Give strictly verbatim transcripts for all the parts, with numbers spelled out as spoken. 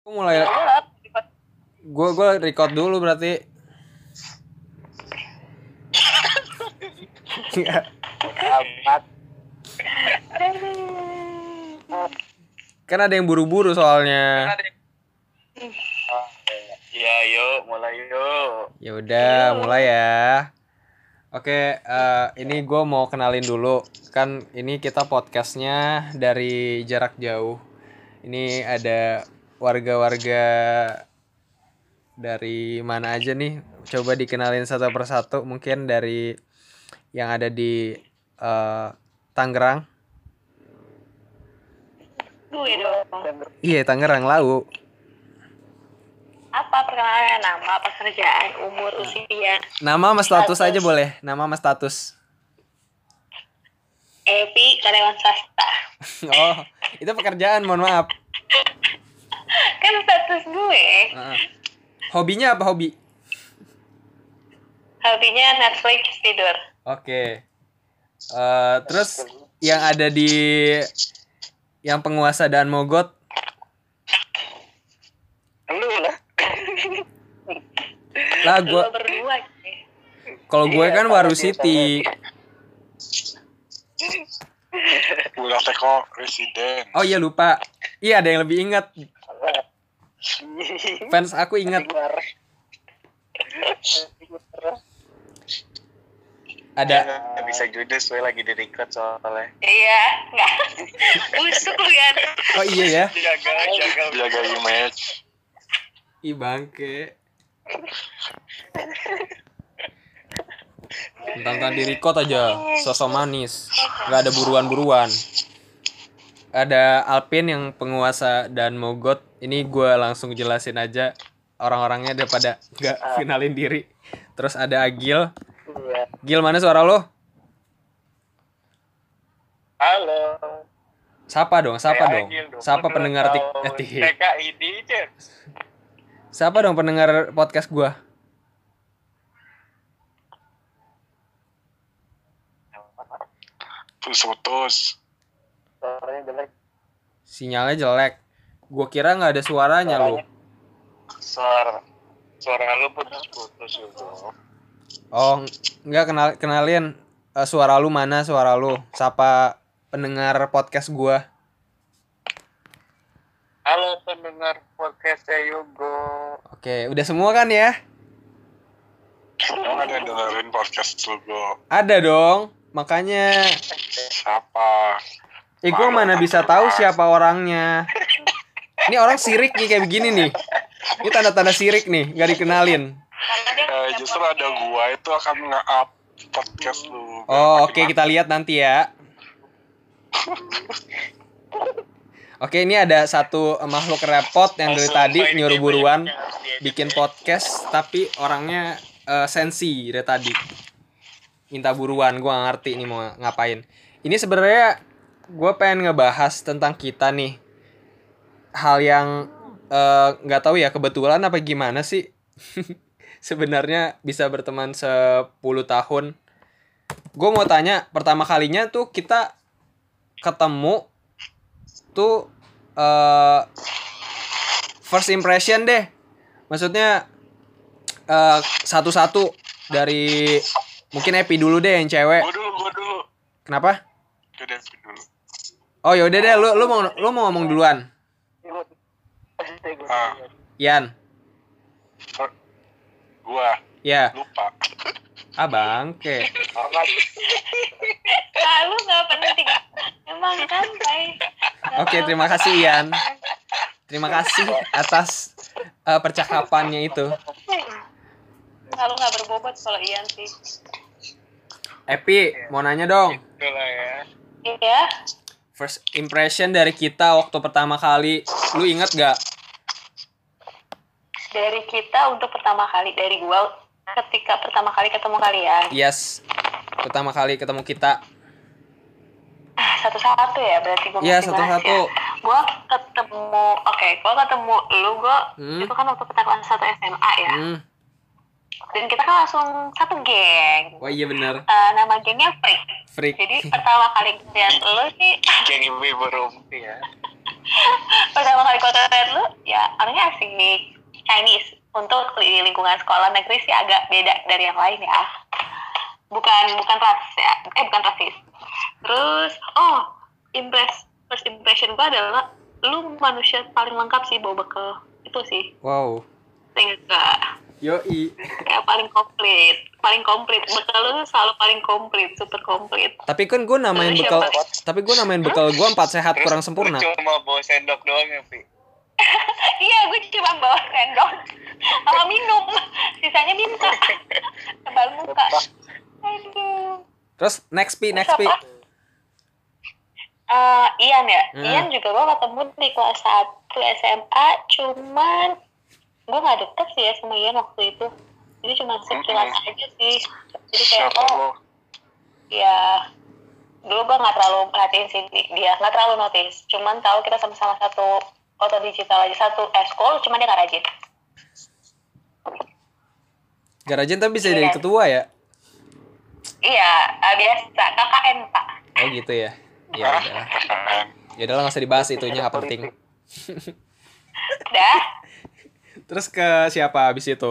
Gue mulai. Gue gue record dulu berarti. Amat. Kan ada yang buru-buru soalnya. Ya yuk, mulai yuk. Ya udah, mulai ya. Oke, uh, ini gue mau kenalin dulu. Kan ini kita podcastnya dari jarak jauh. Ini ada warga-warga dari mana aja nih? Coba dikenalin satu persatu. Mungkin dari yang ada di uh, Tangerang. Gue dong. Iya, Tangerang, Lau. Apa perkenalannya, nama, pekerjaan, umur, usia? Nama sama status aja boleh. Nama sama status. Epi, karyawan swasta. Oh, itu pekerjaan, mohon maaf. Kan status gue. Uh, hobinya apa hobi? Hobinya Netflix, tidur. Oke. Uh, terus yang ada di yang penguasa dan mogot. Lu lah. Lah gua Lo berdua. kalau gue kan Waru City. Ulah teko residen. Oh iya lupa. Iya ada yang lebih ingat. Fans aku ingat. Ada Nggak bisa judes, gue lagi di record soalnya. Iya, enggak. Busuk lu ya. Oh iya ya. Jaga, jaga, jaga image. Ih bangke. Tentang di record aja, sosok manis. Gak ada buruan-buruan. Ada Alpin yang penguasa dan mogot. Ini gue langsung jelasin aja. Orang-orangnya daripada gak kenalin diri. Terus ada Agil. Gil, mana suara lo? Halo. Sapa dong, sapa dong. Sapa pendengar tik eh, tik. T K I D, Cek. Sapa dong pendengar podcast gua. Putus-putus. Suaranya jelek. Sinyalnya jelek. Gua kira nggak ada suaranya lo. Suara suara lu putus-putus gitu. Oh, nggak kenal kenalin uh, suara lu mana suara lu. Sapa pendengar podcast gua. Halo pendengar podcast Yugo. Oke, udah semua kan ya? Emang ada yang dengerin podcast Yugo? Ada dong. Makanya Siapa? eh gua mana bisa tahu siapa orangnya. Ini orang sirik nih kayak begini nih. Ini tanda-tanda sirik nih, nggak dikenalin. Eh, justru ada gua itu akan nge-up podcast lu. Oh, oke, kita lihat nanti ya. Oke, ini ada satu makhluk repot yang dari tadi nyuruh buruan bikin podcast, tapi orangnya uh, sensi dari tadi. Minta buruan, gue gak ngerti ini mau ngapain. Ini sebenarnya gue pengen ngebahas tentang kita nih. Hal yang uh, gak tahu ya kebetulan apa gimana sih. Sebenarnya bisa berteman sepuluh tahun. Gue mau tanya, pertama kalinya tuh kita ketemu tuh uh, first impression deh. Maksudnya uh, satu-satu dari mungkin Epi dulu deh yang cewek. Gua dulu, gua dulu. Kenapa? Gua deh dulu. Oh yaudah deh, lu lu mau lu mau ngomong duluan. Ah, Ian. gua Ya. lupa. Ah bangke. Lalu nggak penting. Emang santai. Oke, terima kasih Ian. Terima kasih atas uh, percakapannya itu. Lalu nggak berbobot kalau Ian sih. Epi, mau nanya dong. Itulah ya. Iya. First impression dari kita waktu pertama kali, lu inget gak? Dari kita untuk pertama kali, dari gua ketika pertama kali ketemu kalian. Yes, pertama kali ketemu kita. Ah, satu-satu ya berarti gua Iya, mesti bahas satu-satu. ya. Gua ketemu, oke, gua ketemu lu, gua Hmm. itu kan waktu pertama satu S M A ya. Hmm. Dan kita kan langsung satu geng. Wah iya bener. Uh, nama gengnya Freak. Freak. Jadi pertama kali lihat lu sih Geng ibu-ibu rumpi ya. Pertama kali gue lihat lu, ya orangnya asik Chinese. Untuk di lingkungan sekolah negeri sih agak beda dari yang lain ya. Bukan bukan ras ya, eh bukan rasis. Terus, oh, impress first impression gue adalah lu manusia paling lengkap sih bawa bekal itu sih. Wow. Ingat gak? Yoi. Kayak paling komplit, paling komplit. Bekal lu tuh selalu paling komplit, super komplit. Tapi kan gue namain bekal, tapi gue namain bekal gue empat sehat Terus kurang sempurna. lu cuma bawa sendok doang ya, Pi? Iya, gue cuma bawa sendok sama minum, sisanya minta tebal muka. Aduh. Terus next Pi, next Pi. Uh, Ian ya, Hmm. Ian juga gue ketemu di kelas satu S M A, cuman gue nggak deket sih ya sama Ian waktu itu. Jadi cuma sekilas Mm-mm. aja sih. Jadi kayak Siapa lo? oh, ya dulu gue nggak terlalu perhatiin sih dia, nggak terlalu notice. Cuman tahu kita sama-sama satu foto digital aja, satu eskul, cuman dia nggak rajin. Gak rajin tapi bisa jadi ketua ya? Iya, uh, biasa K K N Pak. Oh gitu ya. Ya udah. Ya udah nggak usah dibahas itunya, nggak penting. Udah. Terus ke siapa abis itu?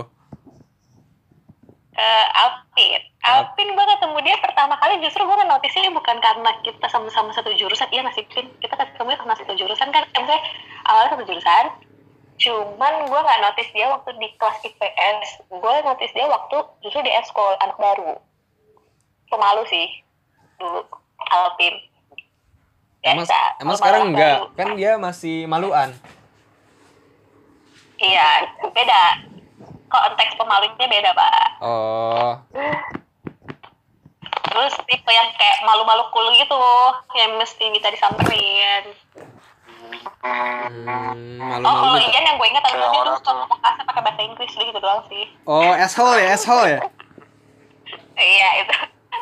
Ke Alpin. Alpin gue ketemu dia pertama kali justru gue notisnya bukan karena kita sama-sama satu jurusan. Iya nggak sih Pin? Kita ketemu karena satu jurusan kan. Maksudnya awalnya satu jurusan. Cuman gue nggak notice dia waktu di kelas I P S. Gue notice dia waktu justru di eskol anak baru. Pemalu sih dulu Alpin. Emang, Biasa, emang pemalu sekarang anak enggak? baru. Kan dia masih maluan. Iya, beda. Konteks pemalunya beda, Pak. Oh. Terus tipe yang kayak malu-malu cool gitu, yang mesti minta disamperin. Hmm, Oh, kalau malu-malu. Ian yang gue ingat adalah Kayak dia tuh orang suka tuh. ngomong kasar pakai bahasa Inggris gitu doang sih. Oh, asshole ya, asshole ya. Iya, itu.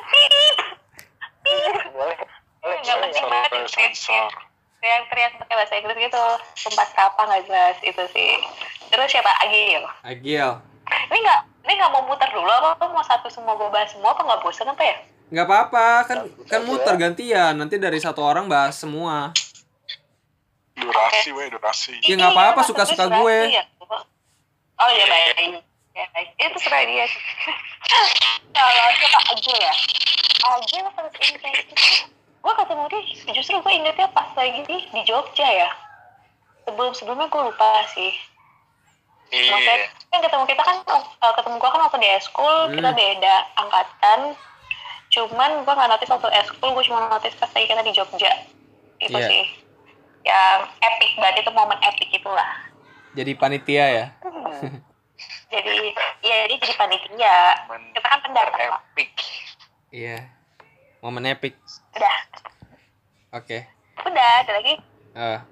Boleh. Boleh. Nggak boleh penting ya. banget Sampai itu. sensor. Teriak-teriak pakai bahasa Inggris gitu. Sumpah apa nggak jelas itu sih. Terus siapa Agil? Agil. Ini nggak ini nggak mau muter dulu apa? Apa mau satu semua gue bahas semua apa nggak bosan apa ya? Nggak apa-apa, kan kan muter gantian. Nanti dari satu orang bahas semua. Durasi, weh, durasi. Ya, nggak apa-apa, Iya, suka-suka maksud gue. ya. Oh iya baik. Ya, baik. Itu serah dia. Kalau siapa Agil ya? Agil first impression. Gue ketemu dia, justru gue ingetnya pas lagi di, di Jogja ya. Sebelum-sebelumnya gue lupa sih. Maksudnya Iya. kan ketemu kita kan, uh, ketemu gue kan waktu di eskul, Hmm. kita beda angkatan. Cuman gue gak notice waktu eskul, gue cuma notice pas lagi kita di Jogja. Itu Iya. sih. Yang epic banget, itu momen epic itulah. Jadi panitia ya. Jadi, iya dia jadi panitia. Kita kan pendatang, Pak. Epic. Iya. Momen epic. Udah, Oke. udah, ada lagi. Eh.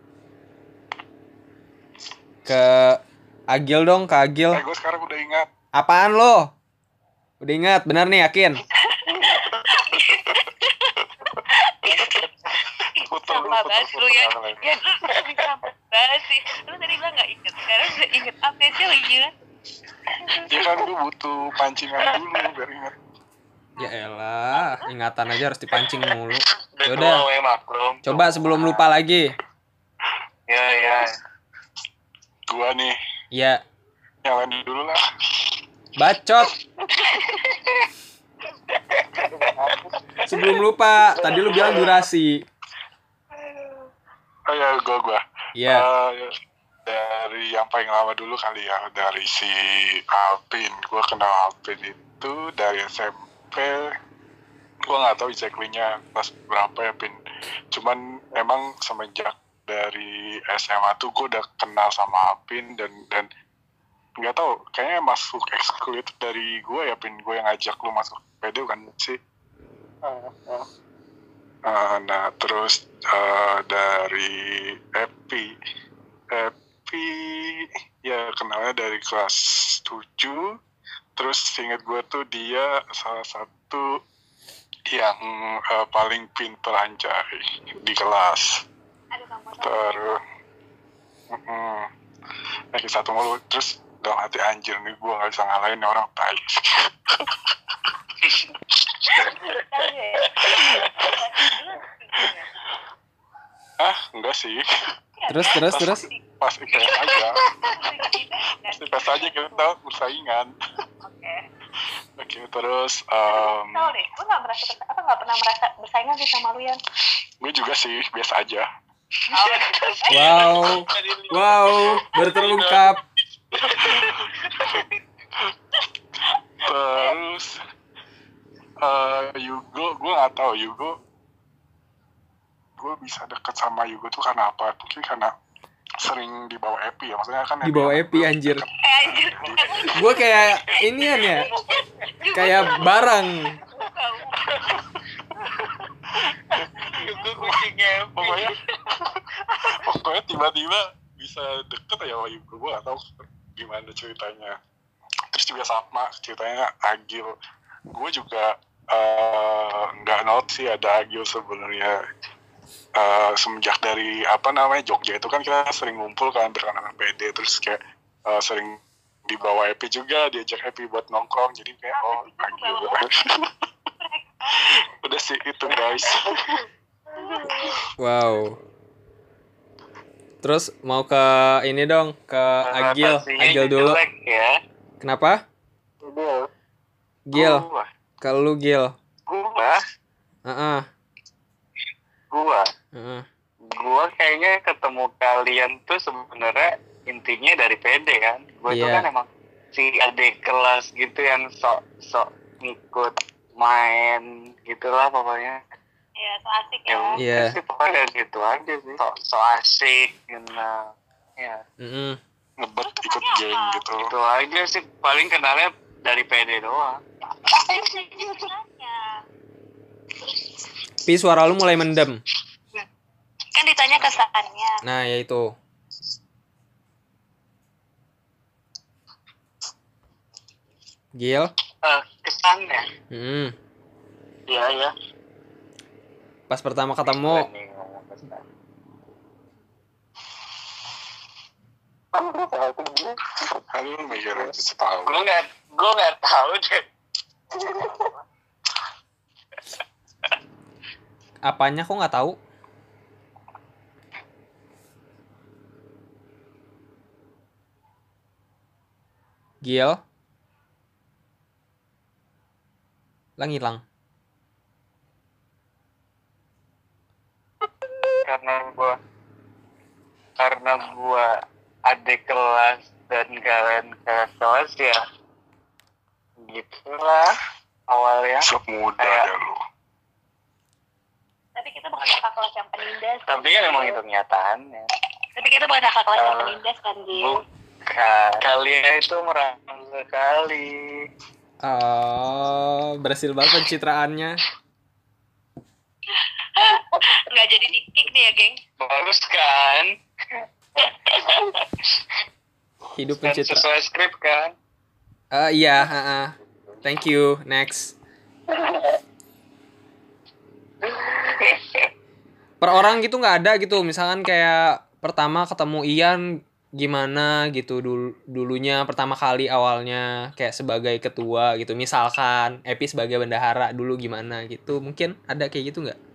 Ke Agil dong, ke Agil. Eh, gue sekarang udah ingat. Apaan lo? Udah ingat, benar nih, yakin? Putar dulu, Sama putar, banget lu ya. putar. Ya lu bisa banget sih. Lu tadi bilang gak inget, sekarang udah inget apa sih lagi gila. Ya kan gue butuh pancingan dulu biar ingat. Ya elah, ingatan aja harus dipancing mulu. Udah Yaudah, tua, weh, maklum. coba sebelum lupa lagi. Ya, ya. Gua nih, Ya, nyalain dulu lah. bacot. Sebelum lupa, tadi lu bilang durasi. Oh ya, gua gua. Iya. Eh, dari yang paling lama dulu kali ya, dari si Alpin. Gua kenal Alpin itu dari S M P. Gua nggak tahu exactly-nya kelas berapa ya, Pin. Cuman emang semenjak dari S M A tuh gue udah kenal sama Alpin dan dan nggak tahu kayaknya masuk ekskul itu dari gue ya, Pin. Gue yang ngajak lu masuk P D kan sih. Uh, nah terus uh, dari Epi Epi ya kenalnya dari kelas tujuh. Terus inget gue tuh dia salah satu yang uh, paling pinter anjay di kelas. Aduh, kamu Terus mm, lagi satu mulu. Terus dalam hati anjir nih gue gak bisa ngalahin nih orang tai. tahu ya. Ah enggak sih. Terus terus terus. Pas I P S aja. Pas I P S aja kita bersaingan. Oke. Oke, terus um, Tahu deh, gue nggak merasa bersa- apa nggak pernah merasa bersaingan sih sama lu Yan. gue juga sih biasa aja. Oh, gitu. Wow. Wow, baru terungkap. Terus uh, Yugo, gue nggak tahu Yugo. Gue bisa deket sama Yugo tuh karena apa? Mungkin karena sering dibawa Epi ya, maksudnya kan Dibawa Epi Epi anjir. Eh anjir. Gue kayak inian ya. Kayak barang. Yugo kucingnya pokoknya pokoknya tiba-tiba bisa deket ya sama Yugo, gue gak tahu gimana ceritanya. Terus juga sama ceritanya Agil, gue juga nggak uh, note sih ada Agil sebenarnya. Uh, semenjak dari apa namanya Jogja itu kan kita sering ngumpul kan berkenaan P D, terus kayak uh, sering dibawa Epi juga, diajak Epi buat nongkrong, jadi kayak oh Agil. Udah sih itu guys. Wow. Terus mau ke ini dong, ke Agil, Agil dulu. Ya. Kenapa? Gil, Gua. kalau lu Gil. Gua. Heeh. Gua. Heeh. Gua kayaknya ketemu kalian tuh sebenarnya intinya dari P D kan. Gua itu Iya. kan emang si adik kelas gitu yang sok sok ngikut main gitulah pokoknya. Iya, so asik ya. Ya, Iya. sih pokoknya dari situ aja sih. Sok sok asik gitu. Ya, Heeh. Ngebet ikut geng gitu. itu aja sih paling kenalnya dari P D doang. Pi, suara lu mulai mendem. Kan ditanya kesannya. Nah, ya itu. Gil. Eh, kesannya. Hmm. Iya, iya. Pas pertama ketemu, Aduh mikirnya setahun. gue nggak gue nggak tahu deh. apanya kok nggak tahu? Gil. Lang hilang. Karena gue karena gue adik kelas dan kalian kakak kelas ya gitulah awalnya. Sok muda Kayak- ya lu. Tapi kita bukan kakak kelas yang penindas. Tapi kan emang itu kenyataannya. Tapi kita bukan kakak kelas yang Uh, penindas kan, Gil. Bukan. Kalian itu merangsang sekali. Oh, berhasil banget pencitraannya. Nggak jadi di-kick nih ya, geng. Bagus kan? Hidup Dan pencitraan. sesuai skrip kan? Eh iya, heeh. Thank you. Next. Per orang gitu nggak ada gitu. Misalkan kayak pertama ketemu Ian gimana gitu dul dulunya pertama kali awalnya kayak sebagai ketua gitu. Misalkan Epi sebagai bendahara dulu gimana gitu. Mungkin ada kayak gitu nggak?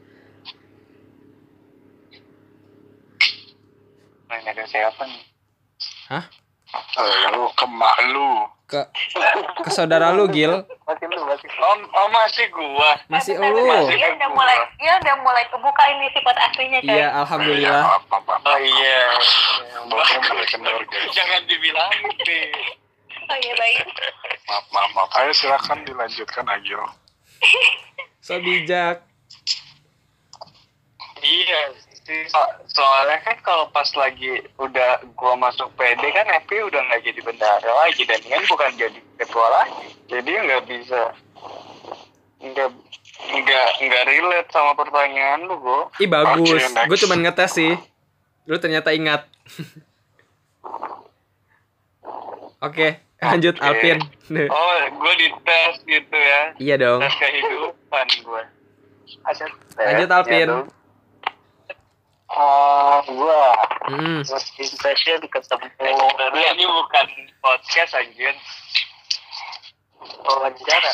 Nanya ke siapa nih? Hah? Eh, lu ke mak lu. Ke ke saudara lu, Gil. Masih lu, masih. Oh, oh masih gua. Masih Bentar, lu. bentar. Dia udah mulai, dia udah mulai kebuka ini sifat aslinya, coy. Iya, alhamdulillah. Maaf, maaf, maaf. Oh iya. Boknya mulai kendor guys. Jangan dibilang nih. Oh iya, baik. Maaf, maaf, maaf. Ayo silakan dilanjutkan Agil. So bijak. Iya sih. So- soalnya kan kalau pas lagi udah gua masuk P D kan Epi udah nggak jadi bendahara lagi dan kan bukan jadi ketua lagi. Jadi nggak bisa nggak nggak nggak relate sama pertanyaan lu, Go. Ih bagus. Oke, next. Gue cuman ngetes sih. Lu ternyata ingat. Oke, lanjut Oke. Alvin. Oh, gua dites gitu ya. Iya dong. Tes kehidupan gua. Aja tes, Lanjut, Alvin. ya dong. Oh, gua Hmm. first impression ketemu. Ya, ini bukan podcast anjir. Wawancara.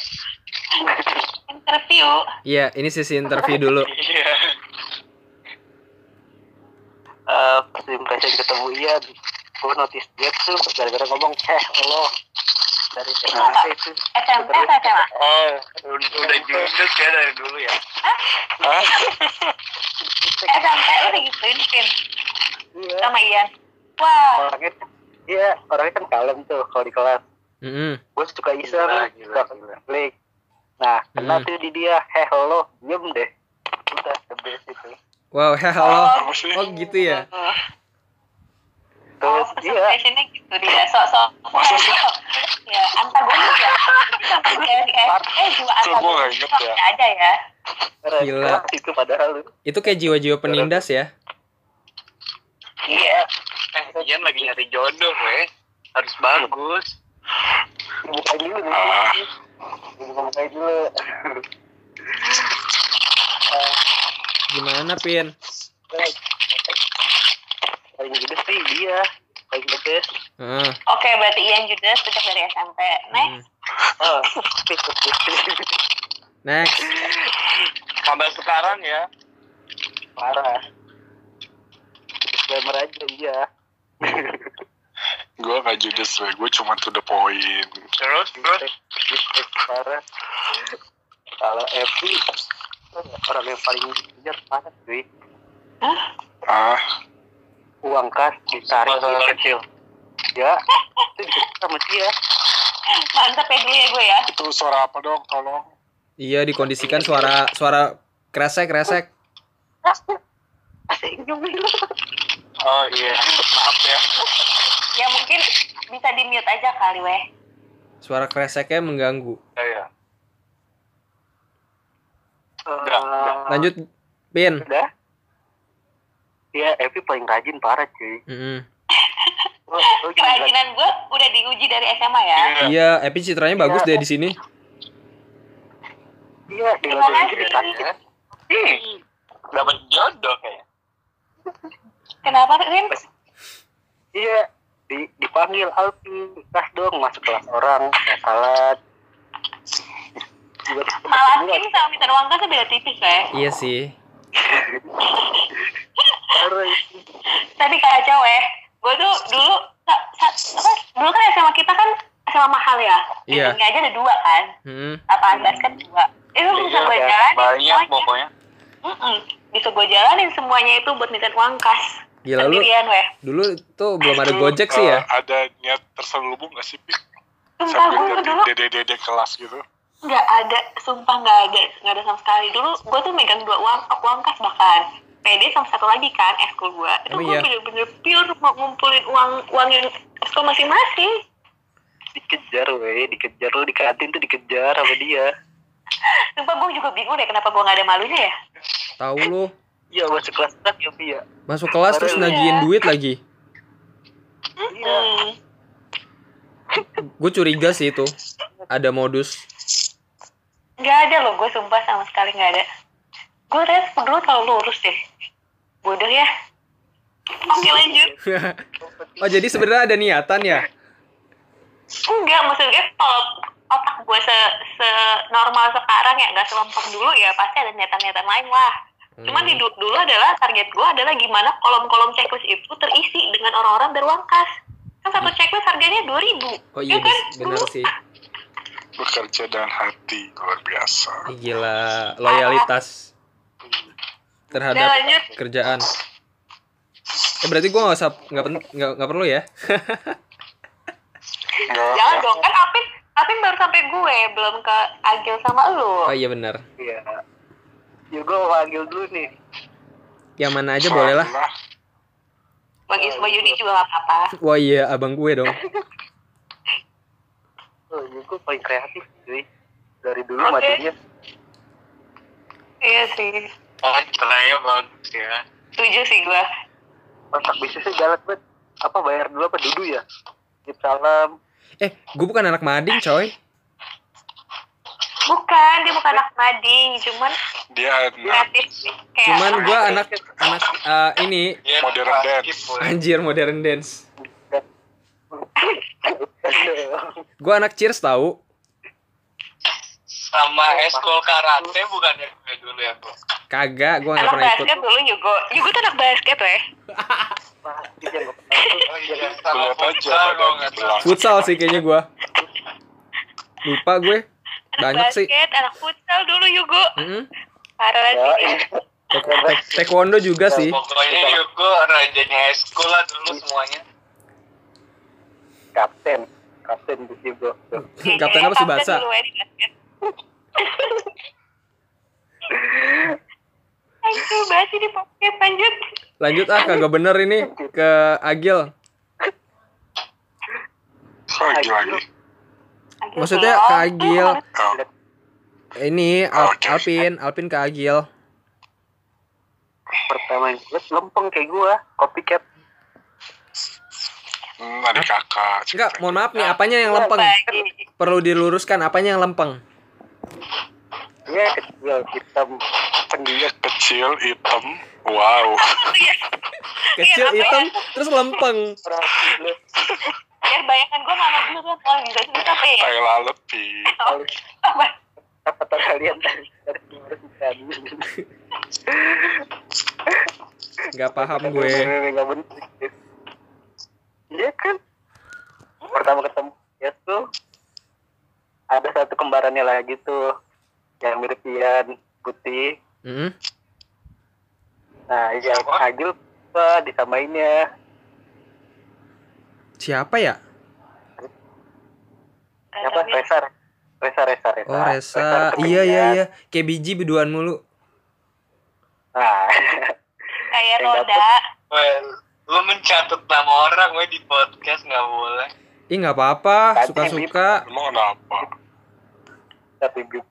Interview. Iya, ini sesi interview dulu. Iya. uh, first impression ketemu Ian, gue notice dia tuh gara-gara ngomong eh lo dari S M P itu. S M P atau S M A? Oh, udah judus ya dari dulu ya. Hah? S M P lu digituin, Pin? Iya. Sama Ian? Wah. Orangnya, iya orangnya kan kalem tuh kalau di kelas. Mm-hmm. Gue suka iseng, Gila, gila, suka gila. klik. Nah, kena Hmm. tuh di dia, heh lo, diem deh. Udah, the best itu. Wow, ya halo. Apa sih? Oh gitu ya. Oh, Terus first dia, impression-nya gitu dia. Sok-sok. Ya, antagonis ya. Sampai kayak di S E juga Kok gua nggak antagonis inget itu ya? masih ada ya. Gila. kelas itu padahal lu. Itu kayak jiwa-jiwa penindas ya. Iya. Eh, Ian lagi nyari jodoh, weh. Harus bagus. Bukain dulu nih. Ah. Buka bukain dulu. Gimana, Pin? Paling gede sih dia, paling gede. Heeh. Oke, berarti Ian juga sejak dari S M P. Next. Oh, Next. Sampai sekarang ya. parah. Disclaimer aja iya. Gue gak judes, gue gue cuma to the point. Terus, terus. Distek parah. Kalau Epi orang yang paling kejar parah cuy. Hah? Ah, Uang kas ditarik Masalah dia. kecil. Ya, itu dikejar sama dia. Mantap ya dulu ya gue ya. itu suara apa dong, tolong? Iya, dikondisikan suara suara kresek-kresek. Asik juga. Oh iya, maaf ya. Ya mungkin bisa di mute aja kali weh. Suara kreseknya mengganggu. Iya. Udah, Lanjut, Pin. Udah. Iya, Epi paling rajin parah cuy. Mm-mm. Lo, lo juga Kerajinan gue udah diuji dari S M A ya. Iya, Epi citranya bagus deh di sini. Iya, di Terima lagi kasih. dikasih. Hmm. Dapat jodoh kayak. Kenapa Rin? Iya, di, dipanggil Alpi, kas dong masuk kelas orang, nggak salat. Juga Malakin sama minta uang kan beda tipis ya. Iya sih. parah itu. Tapi kacau eh. Gue tuh dulu sa- sa- apa? Dulu kan S M A kita kan S M A mahal ya. Iya. Di aja ada dua kan. Hmm. Lapangan basket dua. Itu bisa gue Iya, jalanin banyak semuanya. pokoknya. Mm-mm. Bisa gue jalanin semuanya itu buat minta uang kas. Gila lu. Sendirian weh. Dulu tuh belum ada Itu, Gojek sih ya. eh, ada niat terselubung gak sih, Pik? Sumpah gue Sambil dulu jadi dede-dede kelas gitu. nggak ada, sumpah nggak ada, nggak ada sama sekali. Dulu gue tuh megang dua uang, uang kas bahkan. P D sama satu lagi kan, eskul gue. Itu Emang gue iya? bener-bener pure mau ngumpulin uang uang yang eskul masing-masing. Dikejar weh, dikejar lo di kantin tuh dikejar sama dia. Sumpah gue juga bingung deh kenapa gue nggak ada malunya ya. Tahu lu. Iya, masuk kelas kan ya, Pi ya. Masuk kelas terus nagihin duit lagi. Iya. Hmm. Gue curiga sih itu. Ada modus. Nggak ada loh, gue sumpah sama sekali nggak ada. Gue res dulu terlalu lurus deh. Bodoh ya. Oke lanjut. Oh, jadi sebenarnya ada niatan ya? Enggak, maksudnya kalau otak gue se, se normal sekarang ya nggak selempeng dulu ya pasti ada niatan-niatan lain lah. Cuman di du- dulu adalah target gue adalah gimana kolom-kolom checklist itu terisi dengan orang-orang beruang kas. Kan satu checklist harganya dua ribu. Oh iya, kan? benar sih. Bekerja dengan hati, luar biasa. Gila, loyalitas Udah terhadap lanjut. kerjaan. Eh berarti gue nggak usah nggak pen- nggak nggak perlu ya? Enggak, Jangan dong, kan Apin, Apin baru sampai gue, belum ke Agil sama lu. Oh iya benar. Iya. Ya gue panggil dulu nih. Yang mana aja boleh lah. Bang Isma Yudi juga gak apa-apa. Wah iya, abang gue dong. Oh, ya gue paling kreatif cuy. Dari dulu Oke. majunya. Iya sih. Oh, celananya bagus ya. Setuju sih gue. Otak bisnisnya galak banget. Apa bayar dulu apa dudu ya? Tip salam. Eh, gue bukan anak mading coy. Bukan, dia bukan anak mading, cuman dia anak kreatif sih. Kayak Cuman gue anak anak eh, ini Iya, Modern dance. anjir modern dance. Gue anak cheers tahu. sama eskul karate bukan ya gue dulu ya, Bro? Kagak, gue nggak anak pernah ikut. basket dulu Yugo. Yugo tuh anak basket weh. Pasti dia nggak pernah. Oh iya, Lihat sama aja futsal kalau badan nggak di belakang. Futsal sih kayaknya gua. Lupa gue. Anak Banyak sih. basket, anak futsal dulu Yugo. Mm-mm. Parah Ya, sih. Tek- tek- Taekwondo juga sih. Pokoknya Yugo rajanya eskul lah dulu semuanya. kapten, kapten di Yugo. Kapten apa sih bahasa? Dulu ya di basket. Aduh, bahas ini podcast lanjut. Lanjut ah, kagak bener ini ke Agil. Lagi lagi. Maksudnya ke Agil. Oh, Ini Al- Oke. Alpin, Alpin ke Agil. Pertama yang gue lempeng kayak gue, copycat. hmm, adik kakak. Enggak, mohon maaf nih, apanya yang lempeng? Bagi. Perlu diluruskan, apanya yang lempeng? Iya kecil, hitam, pendiam. Kecil, hitam, wow. Kecil, Iya, apa hitam, ya? terus lempeng. Biar bayangan gue nggak dulu kan. Oh, bisa sih apa ya? Tai lalat, Pi. Apa? Apa tahu kalian dari dari lurusan? Nggak paham gue. Nggak bener. Iya kan? Pertama ketemu ya tuh ada satu kembarannya lagi tuh yang mirip Ian putih. Mm-mm. Nah, yang Agil apa disamainnya? Siapa ya? Siapa? Resa, Resa, Resa, Resa. Oh, Resa. Iya, iya, iya. Kayak biji biduan mulu. Nah, Kayak Yang roda. Well, lu mencatat nama orang gue di podcast nggak boleh. Ih, nggak apa-apa. Suka-suka. Emang kenapa? tapi gue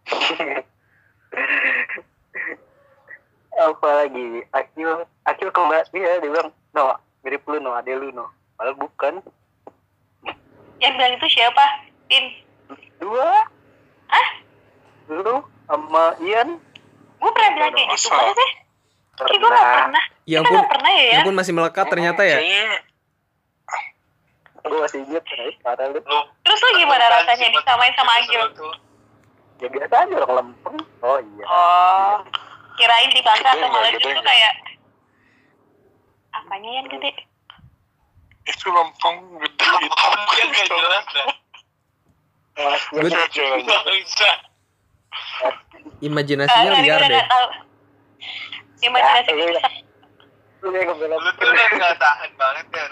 apa lagi? Akil, Akil kembali dia, dia bilang, no, mirip lu, no, ada lu, no. Padahal bukan. Yang bilang itu siapa? Tin. Dua, Ah, lu sama Ian. gue pernah bilang kayak gitu. Masa? Masa sih? Kayak gue nggak pernah. Ya Kita ampun, nggak pernah ya ya ya? ampun masih melekat ternyata ya. Kayaknya Gue masih inget, guys, parah lu. lu. Terus lu gimana rasanya disamain sama Agil? Ya biasa aja orang lempeng. Oh iya. Oh, kirain di bangka Gede atau malah nggak, gede justru nggak? kayak apanya yang gede? Itu lempeng gede hitam. Dia nggak jelas dah. Wah, Gue Lanjut, lanjut. Nggak bisa. imajinasinya Ah, liar gue udah deh. nggak tahu. Imajinasi Ya, lu- bisa. lu yang ngebela Lu tuh udah nggak tahan banget kan.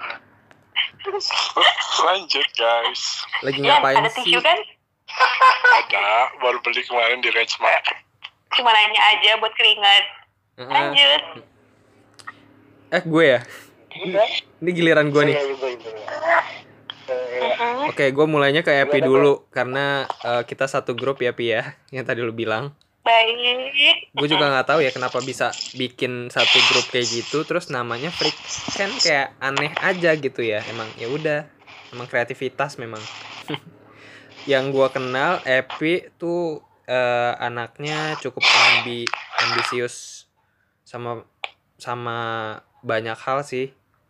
Lanjut, guys. Lagi Yan, ngapain ada sih? tisu kan? Ada, baru beli kemarin di Range Market. Cuma nanya aja buat keringat. Heeh. Lanjut. Eh, gue ya. Ini giliran gue nih. Iya, iya, iya. Eh, Mm-mm. Oke, gue mulainya ke Epi dulu karena eh, kita satu grup ya, Pi ya. Yang tadi lu bilang. Baik. Gue juga nggak tahu ya kenapa bisa bikin satu grup kayak gitu, terus namanya Freak kan kayak aneh aja gitu ya. Emang ya udah, emang kreativitas memang. Yang gue kenal Epi tuh eh, anaknya cukup ambi ambisius sama sama banyak hal sih.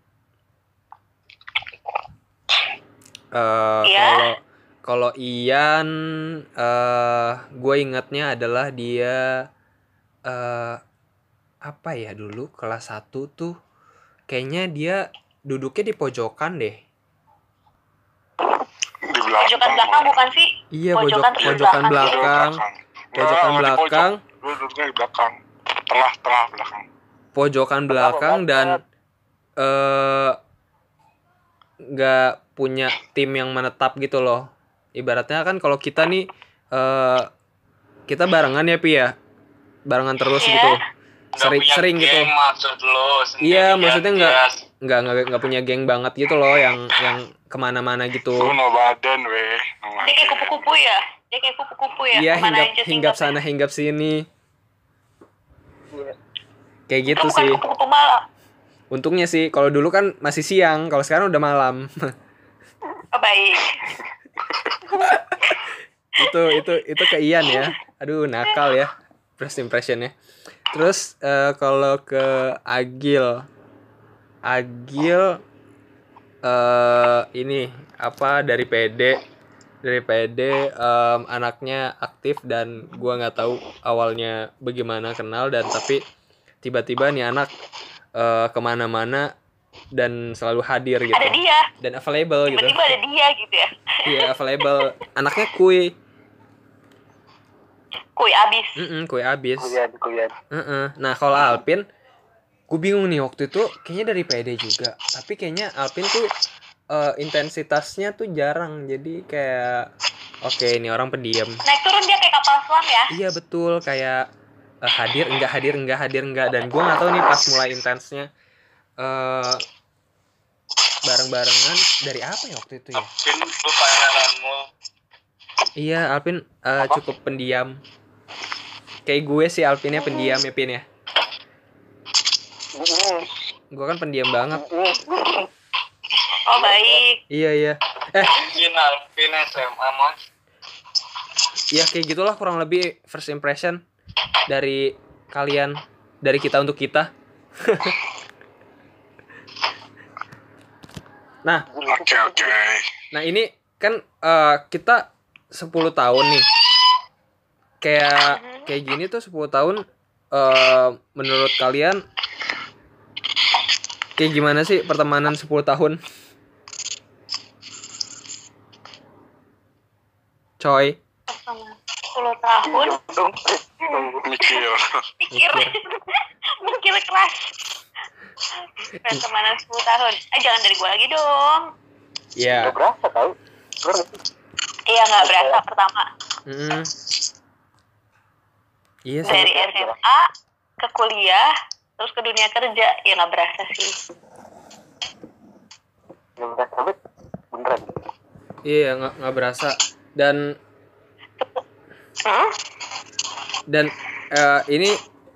Eh, Iya. Kalau kalau Ian, eh gue ingatnya adalah dia eh apa ya dulu kelas satu tuh kayaknya dia duduknya di pojokan deh. Di belakang. Pojokan belakang bukan sih? Iya, pojok Pojokan pojokan belakang. belakang. Pojokan Nggak, di belakang. pojok. Gue duduknya di belakang. Tengah, tengah belakang. Pojokan belakang dan eh nggak punya tim yang menetap gitu loh. Ibaratnya kan kalau kita nih eh kita barengan ya Pi ya. Barengan terus Iya. gitu. Nggak Sering punya sering gitu. geng maksud lo sendiri Iya, ya, maksudnya nggak dia nggak nggak nggak punya geng banget gitu loh yang yang kemana-mana gitu. Gue no badan, weh. No Dia kayak badan. kupu-kupu ya? Dia kayak kupu-kupu ya? Iya, Kemana hinggap aja hinggap singgapnya? sana hinggap sini. iya. Kayak Itu gitu bukan sih. kupu-kupu malam. Untungnya sih kalau dulu kan masih siang, kalau sekarang udah malam. Oh, baik. itu itu itu ke Ian ya. Aduh, nakal ya first impressionnya. Terus eh, kalau ke Agil, Agil eh ini apa dari P D, dari P D em, anaknya aktif dan gua nggak tahu awalnya bagaimana kenal dan tapi tiba-tiba nih anak eh, kemana-mana dan selalu hadir gitu. Ada dia. Dan available gitu. Tiba-tiba ada dia gitu ya. Iya, available. Anaknya kuy. Kuy abis. Mm kuy abis. Kuyan, kuyan. Heeh. Nah, kalau Alpin, gue bingung nih waktu itu kayaknya dari P D juga. Tapi kayaknya Alpin tuh uh, intensitasnya tuh jarang. Jadi kayak oke, okay, ini orang pendiam. Naik turun dia kayak kapal selam ya. Iya, betul, kayak uh, hadir enggak hadir enggak hadir enggak dan gue nggak tahu nih pas mulai intensnya uh, bareng-barengan dari apa ya waktu itu ya? Alpin lu pandanganmu. Iya, Alpin uh, cukup pendiam. Kayak gue sih Alpinnya pendiam ya, Pin ya. Gue kan pendiam banget. Oh baik. Iya, iya. Eh, Mungkin Alpin S M A mas. ya kayak gitulah kurang lebih first impression dari kalian, dari kita untuk kita. Nah, Oke oke. nah ini kan uh, kita sepuluh tahun nih. Kayak kayak gini tuh sepuluh tahun uh, menurut kalian kayak gimana sih pertemanan sepuluh tahun? Coy. sepuluh tahun. Mikir. Mikir. Mikir keras. Pertemanan sepuluh tahun. Eh jangan dari gue lagi dong. Iya. Gak berasa tau. Iya nggak berasa pertama. Mm. Iya sih. Dari S M A ke kuliah terus ke dunia kerja ya nggak berasa sih. Gak berasa bet. Beneran. Iya nggak nggak berasa dan Hmm? dan uh, ini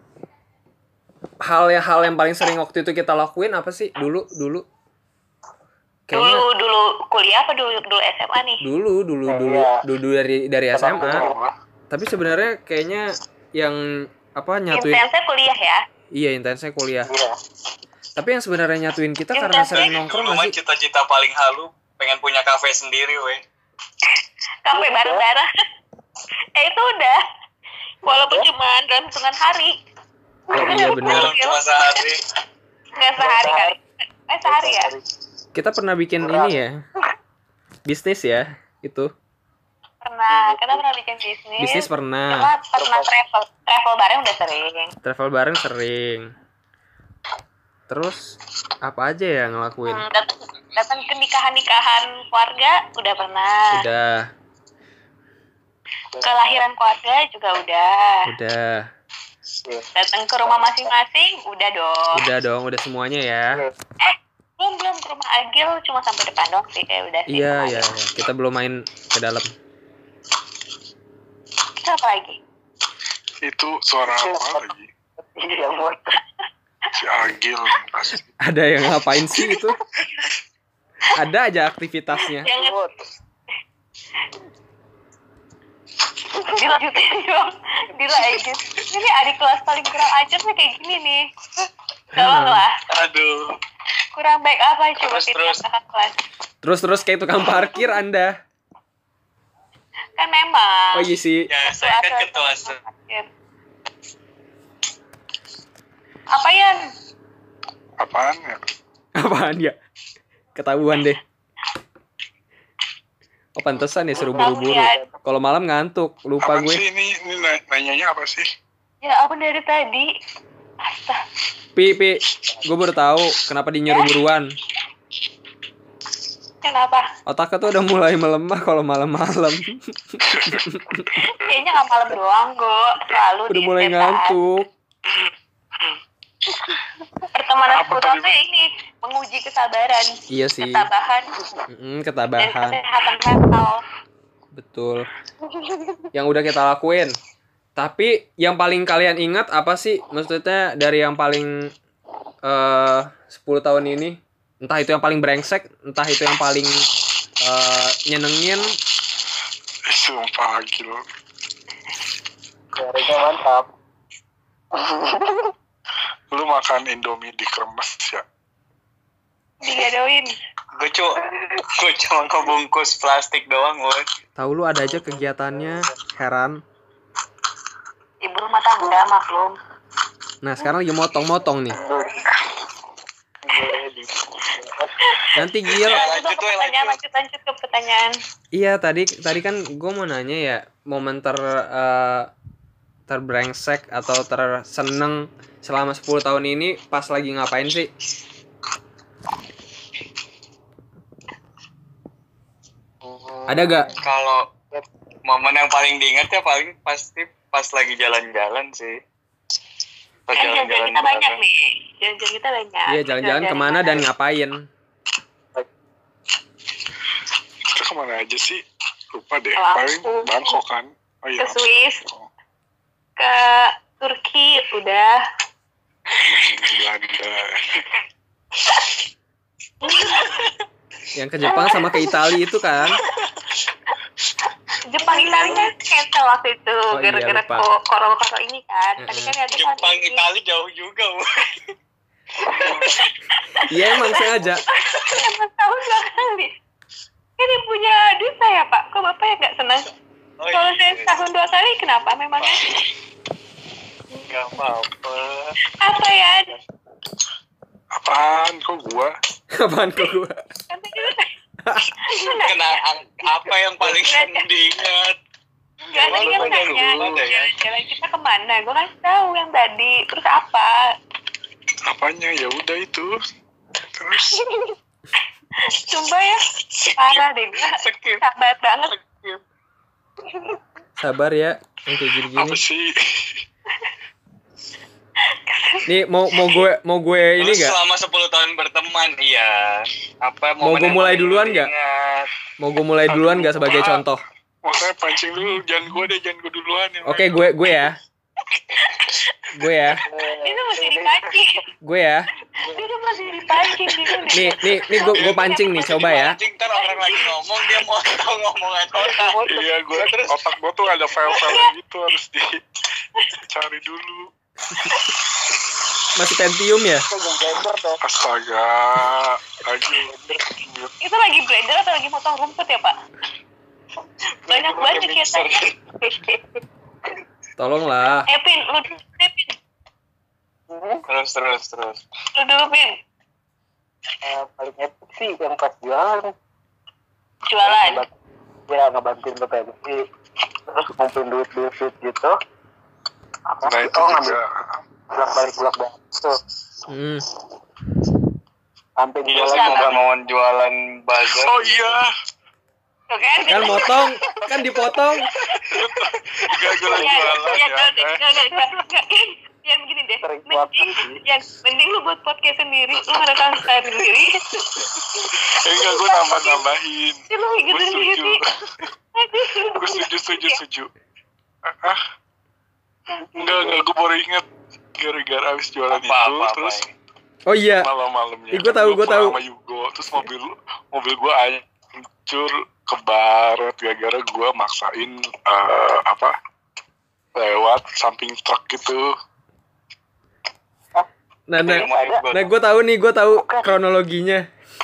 hal yang hal yang paling sering waktu itu kita lakuin apa sih dulu dulu kayaknya Dulu dulu kuliah apa dulu dulu S M A nih? dulu dulu dulu Iya. dulu dari dari S M A tapi sebenarnya kayaknya yang apa nyatuin Intensnya kuliah ya. iya intensnya kuliah Iya. tapi yang sebenarnya nyatuin kita karena Intensnya sering nongkrong Dulu mah masih cita-cita paling halu pengen punya kafe sendiri weh. Kafe bareng-bareng. Eh itu udah. Walaupun cuma dalam hitungan hari. oh iya benar Cuma sehari. Nggak sehari kali. Eh sehari ya. kita pernah bikin ini ya bisnis ya itu Pernah. Kita pernah bikin bisnis. bisnis pernah Cuma pernah travel. Travel bareng udah sering. travel bareng sering terus apa aja ya ngelakuin Hmm, datang datang ke nikahan-nikahan keluarga udah pernah. udah Kelahiran keluarga juga udah. udah Datang ke rumah masing-masing udah dong. udah dong udah semuanya ya Belum belum ke rumah Agil cuma sampai depan doang sih kayak udah sih. iya rumah iya Agil. iya. Kita belum main ke dalam Kita apa lagi? Itu suara apa lagi? Iya buat. Si Agil pasti. ada yang ngapain sih itu ada aja aktivitasnya Jangan dilanjutin dong. Dilanjut. Ini adik kelas paling kurang ajarnya kayak gini nih. Tolong lah. Aduh. Kurang baik apa coba Terus, kita terus. kakak kelas. terus terus kayak tukang parkir anda Kan memang. oh iya sih Ya saya kan ketua se- Apa Yan? Apaan ya? apaan ya ketahuan deh oh pantesan ya suruh buru-buru kalau malam ngantuk lupa Apaan gue sih ini? Ini na- nanyanya apa sih? Ya ampun dari tadi. Astaga. pi pi gue baru tahu kenapa di nyuruh buruan Kenapa? otaknya tuh udah mulai melemah kalau malam-malam Kayaknya nggak malam doang, Go. Selalu udah di mulai setiap saat. ngantuk Pertemanan Apa sepuluh tadi? tahun tuh ya ini menguji kesabaran, iya sih ketabahan, Mm, dan ketabahan kesehatan mental. betul yang udah kita lakuin. Tapi yang paling kalian ingat apa sih? Maksudnya dari yang paling eh sepuluh tahun ini, entah itu yang paling brengsek, entah itu yang paling eh, nyenengin. Eh, sumpah Agil. Jarinya mantap. Lu makan Indomie di kremes ya? Digadoin. Gue cuma gue cuma ngebungkus plastik doang weh. Tahu lu ada aja kegiatannya, heran. Ibu rumah tangga maklum. Nah sekarang lagi motong-motong nih. Nanti Gil. Lanjut lanjut, ke woy, pertanyaan, lanjut. lanjut lanjut ke pertanyaan. Iya tadi tadi kan gue mau nanya ya momen ter eh, terbrengsek atau terseneng selama sepuluh tahun ini pas lagi ngapain sih? Ada gak? Kalau momen yang paling diingat ya paling pasti pas lagi jalan-jalan sih. Pas Kan jalan-jalan kita banyak nih. Jalan-jalan kita banyak. Iya jalan-jalan kemana dan ngapain? Kita kemana aja sih? Lupa deh. Kalau Paling aku- Bangkok kan. Oh iya. Ke Swiss, Oh, ke Turki udah. Belanda. Yang ke Jepang sama ke Italia itu kan? Jepang Italia cancel waktu itu Oh iya, gara-gara lupa. ko- corona ini kan. Tadi Mm-mm. kan ada Jepang pandemi. Italia jauh juga. woy. Iya emang sengaja. Emang tahu dua kali. Kan yang punya duit saya Pak. Kok Bapak yang nggak senang? Oh, Kalau iya, saya iya. setahun dua kali kenapa memangnya? Nggak apa-apa. Apa ya? Apaan? Kok gua? Apaan kok gue? Kan tadi lu Kena ang- apa yang paling diingat? Gak tadi kan Lu nanya lupa deh ya. jalan-jalan kita kemana? Gue kasih tahu yang tadi. Terus apa? Apanya? Ya udah itu. Terus Sumpah ya, parah deh gue. Skip. Sabar banget. Skip. Sabar ya yang kayak gini-gini. apa sih? Nih mau mau gue mau gue ini Terus gak? selama sepuluh tahun berteman, iya. Apa Mau momen gue yang mulai paling duluan lu nggak? ingat? Mau gue mulai duluan gak sebagai contoh? Makanya pancing dulu. Jangan gua deh. Jangan gua duluan. yang Oke main. gue gue ya. Gue ya. Dia tuh masih dipancing. Gue ya. Dia tuh masih dipancing di sini. Nih nih nih gue gue pancing nih coba ya. Pancing, ntar orang lagi ngomong, dia mau tahu ngomongan orang. Iya, gue terus otak gue tuh ada file-file gitu harus dicari dulu. Masih Pentium ya? Astaga, lagi Itu lagi blender atau lagi potong rumput ya Pak? Banyak banget kegiatannya. Tolonglah. Eh Pin, lu dulu deh, Pin. Terus, terus, terus. Lu dulu Pin. Eh, paling epic sih yang pas jualan. Jualan. Ya ngebantuin ke pensi. Terus ngumpulin duit-duit gitu. Apa Nah sih? itu Oh ngambil juga bolak balik bolak balik tuh. Hmm. Sampai Iya jualan sih, nggak momen jualan bazar. Oh iya, Tuh kan? Kan motong, kan dipotong. gak gue lagi Ya, jualan ya, ya. ya, Eh, ya, ya, ya, ya. Yang begini deh, Sering mending, yang mending lu buat podcast sendiri, lu merekam sendiri, Eh enggak, gue nambah-nambahin. ya lu gitu Gue setuju. sendiri. Aduh. Gue setuju, setuju, setuju. Ah, ah. Enggak, enggak, gue baru inget. Gara-gara abis jualan Apa, itu, apa, apa terus ini? Oh iya. malam-malamnya. Ih, gua tahu, gua pulang tahu. sama Yugo, terus mobil mobil gue hancur kebaret gara-gara gue maksain eh, apa lewat samping truk gitu. Nah, nah, Rumah Iqbal. nah gue tahu nih, gue tahu kronologinya.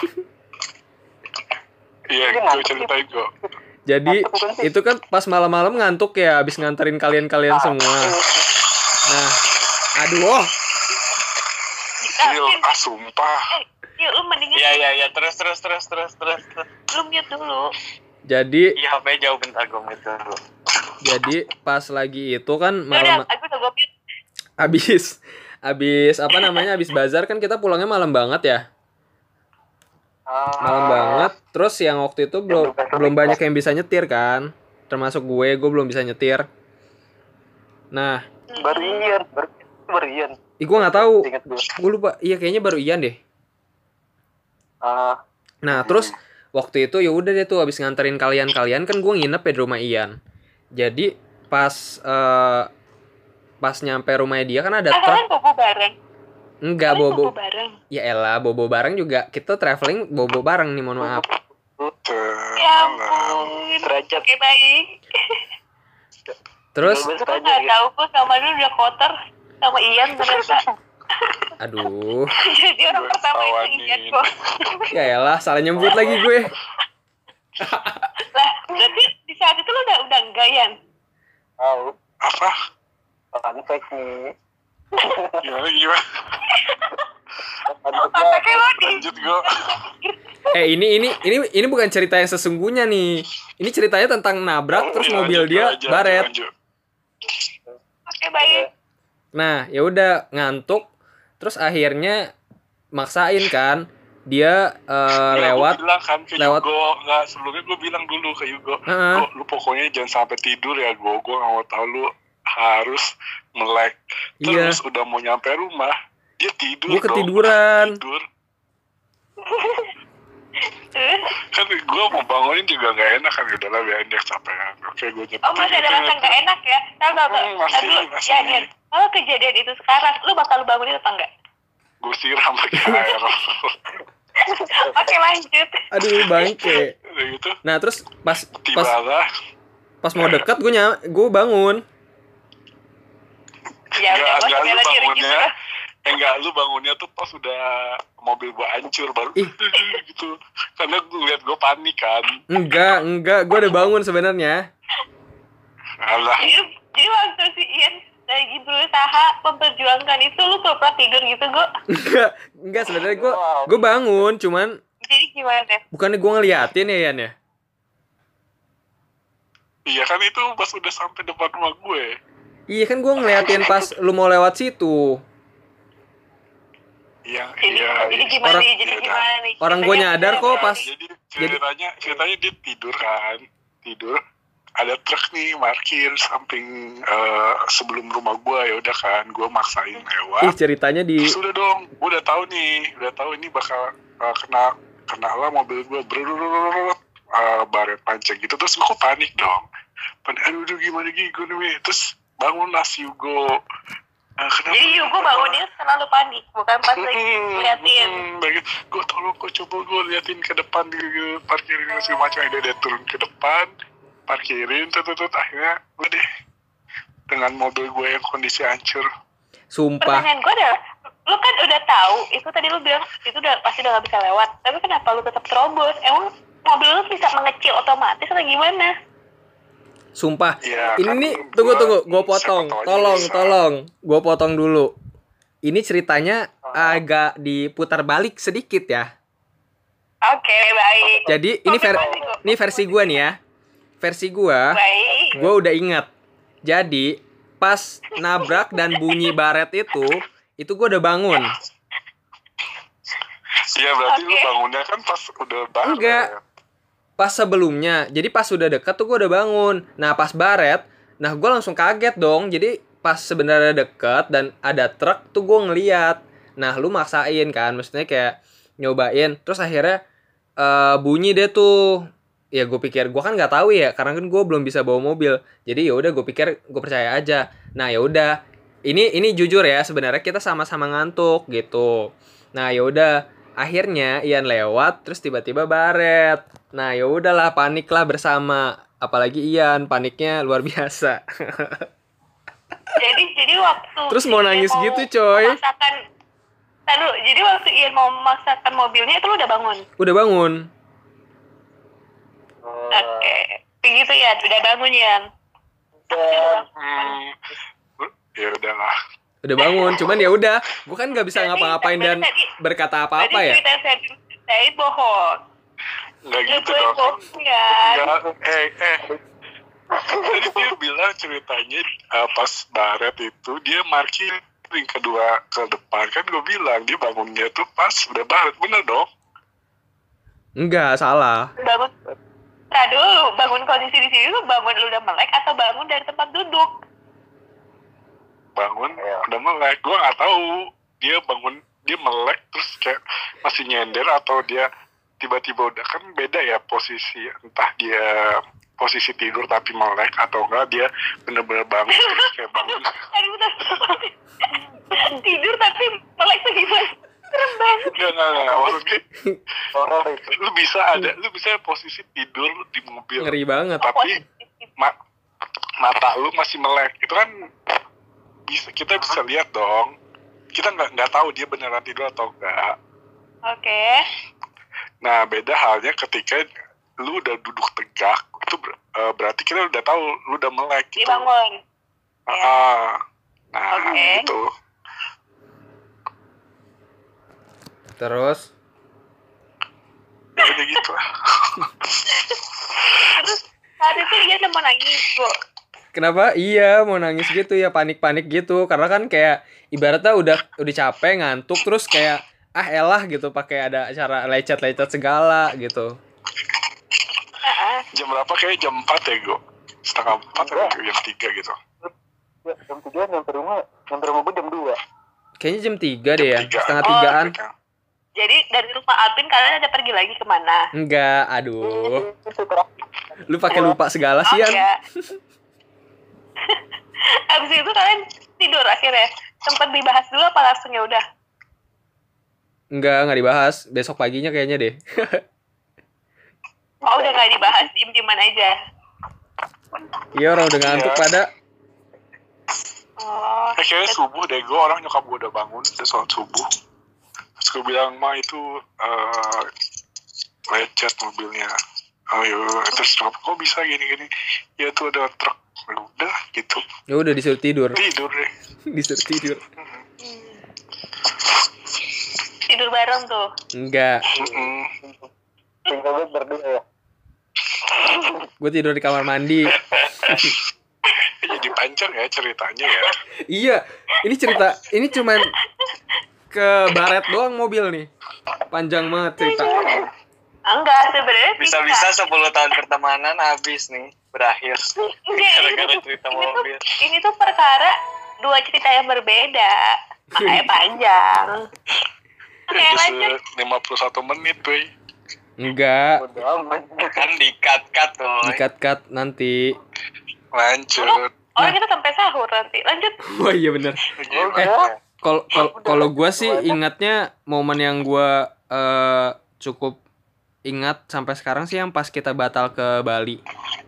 Iya, Ini gue ngantuk ceritain kok. Jadi itu kan pas malam-malam ngantuk ya, abis nganterin kalian-kalian semua. Nah, aduh, oh, Gil, ah sumpah. Eh, yuk lu mendingan Iya, iya, iya. Terus, terus, terus, terus, terus. terus. lu mute dulu. jadi Iya, H P jauh bentar gue gitu. jadi pas lagi itu kan Ya udah, malam aku udah gue mute. abis abis apa namanya abis bazar kan kita pulangnya malam banget ya. Malam banget. Terus yang waktu itu belum belum banyak yang bisa nyetir kan, termasuk gue, gue belum bisa nyetir. Nah, baru Ian, baru baru Ian. ih gue nggak tahu, Ingat gue. gue lupa. Iya kayaknya baru Ian deh. Ah, Nah terus waktu itu ya udah deh tuh abis nganterin kalian-kalian kan gue nginep ya di rumah Ian. Jadi pas eh, pas nyampe rumahnya dia kan ada Ah, truk. kalian bobo bareng. Enggak Kalian bobo. bareng. Ya elah bobo bareng juga. Kita traveling bobo bareng nih, mohon maaf. Ya Malam. ampun. Derajat. Oke baik. Terus Gue nggak tahu kok sama lu udah kotor sama Ian ternyata. aduh, Jadi orang Gue pertama itu tawanin. Ian kok. ya elah salah nyebut lagi gue. Lah, berarti di saat itu lu udah udah enggak Ian? tahu. Apa? Fun fact nih. Gimana gimana? Otaknya lo di. Lanjut gue. Eh ini ini ini ini bukan cerita yang sesungguhnya nih. Ini ceritanya tentang nabrak terus Iya, mobil lanjut, dia lanjut, baret. lanjut. Oke baik. Nah, ya udah ngantuk terus akhirnya maksain kan dia eh, Nggak, lewat gua bilang kan ke lewat- Yugo, nggak sebelumnya gue bilang dulu ke Yugo, Heeh. Go, lu pokoknya jangan sampai tidur ya Go, gue nggak mau tahu lu harus melek. Iya. Terus udah mau nyampe rumah, dia tidur Gua dong. ketiduran. Tidur. Terus, Kan gue mau bangunin juga nggak enak kan, udah lah biarin dia kecapean. Oke, gue nyetir. oh masih ada rasa nggak enak ya? Tahu nggak nggak? Hmm, masih, Aduh, masih. ya Dian. Kalau kejadian itu sekarang, lu bakal lu bangunin apa enggak? Gue siram pakai air. Oke lanjut. aduh bangke. Udah gitu, Nah, terus pas pas tiba-tiba. pas mau dekat gue ny- gue bangun. Ya udah, Enggak, gua enggak, lu bela diri gitu bangunnya, kan. eh enggak, lu bangunnya tuh pas udah mobil gua hancur baru Ih. gitu. Karena gue liat gua panik kan. Enggak, enggak, gue udah bangun sebenarnya. Alah, Jadi, jadi waktu si Ian lagi berusaha memperjuangkan itu, lu pura-pura tidur gitu, gue. Enggak, enggak sebenarnya gue gue bangun, cuman Jadi gimana? bukannya gue ngeliatin ya Yan ya. iya kan itu pas udah sampai depan rumah gue. Iya kan gue ngeliatin pas lu mau lewat situ. Iya, Jadi, iya. jadi iya. gimana Orang- nih? Jadi iya, gimana nih? orang gua Ceritanya nyadar gimana kok nih? pas- Jadi ceritanya, ceritanya dia tidur kan, tidur. Ada truk nih parkir samping eh, sebelum rumah gue, ya udah kan, gue maksain Ih lewat. ceritanya di Terus udah dong, gue udah tahu nih, udah tahu ini bakal uh, kena kena lah mobil gue berurut uh, baret pancing gitu. Terus gue panik dong, panik, aduh, aduh gimana gini gue nih, terus bangun lah si Yugo. Uh, kenapa? Jadi Yugo bangunnya selalu panik, bukan pas lagi ngeliatin. Gue tolong kok coba gue liatin ke depan di di parkirin segala macam. Dia dia turun ke depan, parkirin, tut tut tut. Akhirnya gue deh dengan mobil gue yang kondisi hancur. sumpah. Pertanyaan gue adalah, lu kan udah tahu, itu tadi lu bilang, itu udah pasti udah gak bisa lewat. Tapi kenapa lu tetap terobos? Emang mobil lu bisa mengecil otomatis atau gimana? Sumpah. Iya, Ini kan nih, gua tunggu tunggu, gue siapa potong. tahu aja Tolong, bisa. tolong. Gue potong dulu. Ini ceritanya agak diputar balik sedikit ya. Oke, baik. Jadi ini ver Konfirmasi kok. ini versi gue nih ya. Versi gue, Baik. gue udah ingat. Jadi pas nabrak dan bunyi baret itu, itu gue udah bangun. Iya berarti lu Oke. bangunnya kan pas udah bangun. Enggak. Pas sebelumnya, jadi pas udah dekat tuh gue udah bangun. Nah pas baret, nah gue langsung kaget dong. Jadi pas sebenarnya deket dan ada truk tuh gue ngeliat. Nah lu maksain kan, maksudnya kayak nyobain. Terus akhirnya eh, bunyi deh tuh. Ya gue pikir gue kan nggak tahu ya, karena kan gue belum bisa bawa mobil. Jadi ya udah gue pikir gue percaya aja. Nah ya udah, ini ini jujur ya sebenarnya kita sama-sama ngantuk gitu. Nah ya udah. Akhirnya Ian lewat terus tiba-tiba baret. Nah, ya udahlah paniklah bersama. Apalagi Ian paniknya luar biasa. Jadi jadi waktu Terus mau nangis Ian gitu, coy. Memaksakan, lalu jadi waktu Ian mau memaksakan mobilnya itu lu udah bangun. Udah bangun. Oke. Begitu ya, udah bangun Ian. Hmm, ya udahlah. Udah bangun, cuman ya udah, gue kan nggak bisa Berarti- ngapa-ngapain dan berarti tadi- berkata apa-apa Berarti ya. cerita yang saya ceritain bohong. Nggak Lu gitu boleh dong. bohong ya. Nggak, eh, eh. Tadi dia bilang ceritanya uh, pas baret itu dia parkir ring kedua ke depan. Kan gue bilang dia bangunnya tuh pas udah baret. Bener dong? Enggak, salah. Bangun. Nah dulu, bangun kondisi di sini lu bangun lu udah melek atau bangun dari tempat duduk? Bangun udah melek. Gue nggak tahu dia bangun dia melek terus kayak masih nyender atau dia tiba-tiba udah, kan beda ya posisi, entah dia posisi tidur tapi melek atau enggak dia bener-bener bangun terus kayak bangun. Aduh, bentar. Tidur tapi melek tuh gimana? Serem banget. Enggak, enggak, enggak. Maksudnya lu bisa ada, lu bisa posisi tidur di mobil Ngeri banget. tapi ma- mata lu masih melek. Itu kan bisa, kita bisa lihat dong. Kita nggak nggak tahu dia beneran tidur atau enggak. Oke. Nah, beda halnya ketika lu udah duduk tegak, itu ber- eh, berarti kita udah tahu lu udah melek gitu. Dibangun. Ah, nah, Oke. gitu. Terus Ya udah gitu lah. Terus saat itu dia udah mau nangis kok. kenapa? Iya, mau nangis gitu ya, panik-panik gitu. Karena kan kayak ibaratnya udah udah capek, ngantuk, terus kayak ah elah gitu pakai ada acara lecet-lecet segala gitu. Heeh. Jam berapa? Kayak jam empat ya, Go. Setengah empat atau jam tiga gitu. Ya, jam tiga nyampe rumah, nyampe rumah gue jam dua. Kayaknya jam tiga deh ya, tiga. setengah Oh. tigaan. Jadi dari rumah Alvin kalian ada pergi lagi kemana? Enggak, aduh. Itu terakhir. Lu pakai lupa segala sih, Oh Yan. enggak. Abis itu kalian tidur akhirnya. Sempat dibahas dulu apa langsung ya udah? Enggak, enggak dibahas. Besok paginya kayaknya deh. Oh udah nggak dibahas, diem-dieman aja. Iya, orang udah ngantuk Iya. pada. Oh. Eh, kayaknya subuh deh, gue orang nyokap gue udah bangun, udah sholat subuh. Terus gue bilang, Ma itu uh, lecet mobilnya. Oh iya, terus nyokap, kok bisa gini-gini? Ya tuh ada truk. Ya udah gitu, Ya udah disuruh tidur. tidur deh. Disuruh tidur. Tidur bareng tuh. Enggak, Mm-mm. Tinggal gue berdua ya. gue tidur di kamar mandi. Jadi panjang ya ceritanya ya. Iya, ini cerita, ini cuman ke baret doang mobil nih. Panjang banget cerita. Enggak, sebenarnya Bisa-bisa sepuluh tahun pertemanan habis nih, berakhir. Enggak, ini Gara-gara tuh, cerita ini tuh, mobil. ini tuh perkara dua cerita yang berbeda. Makanya panjang. Oke, lanjut. lima puluh satu menit, boy. Enggak, Udah aman. Kan di-cut-cut tuh. dikat-kat nanti. Lanjut. Orang kita sampai sahur nanti. Lanjut. Oh iya bener. Eh, kalau kalau gue sih ingatnya momen yang gue eh, cukup ingat sampai sekarang sih yang pas kita batal ke Bali.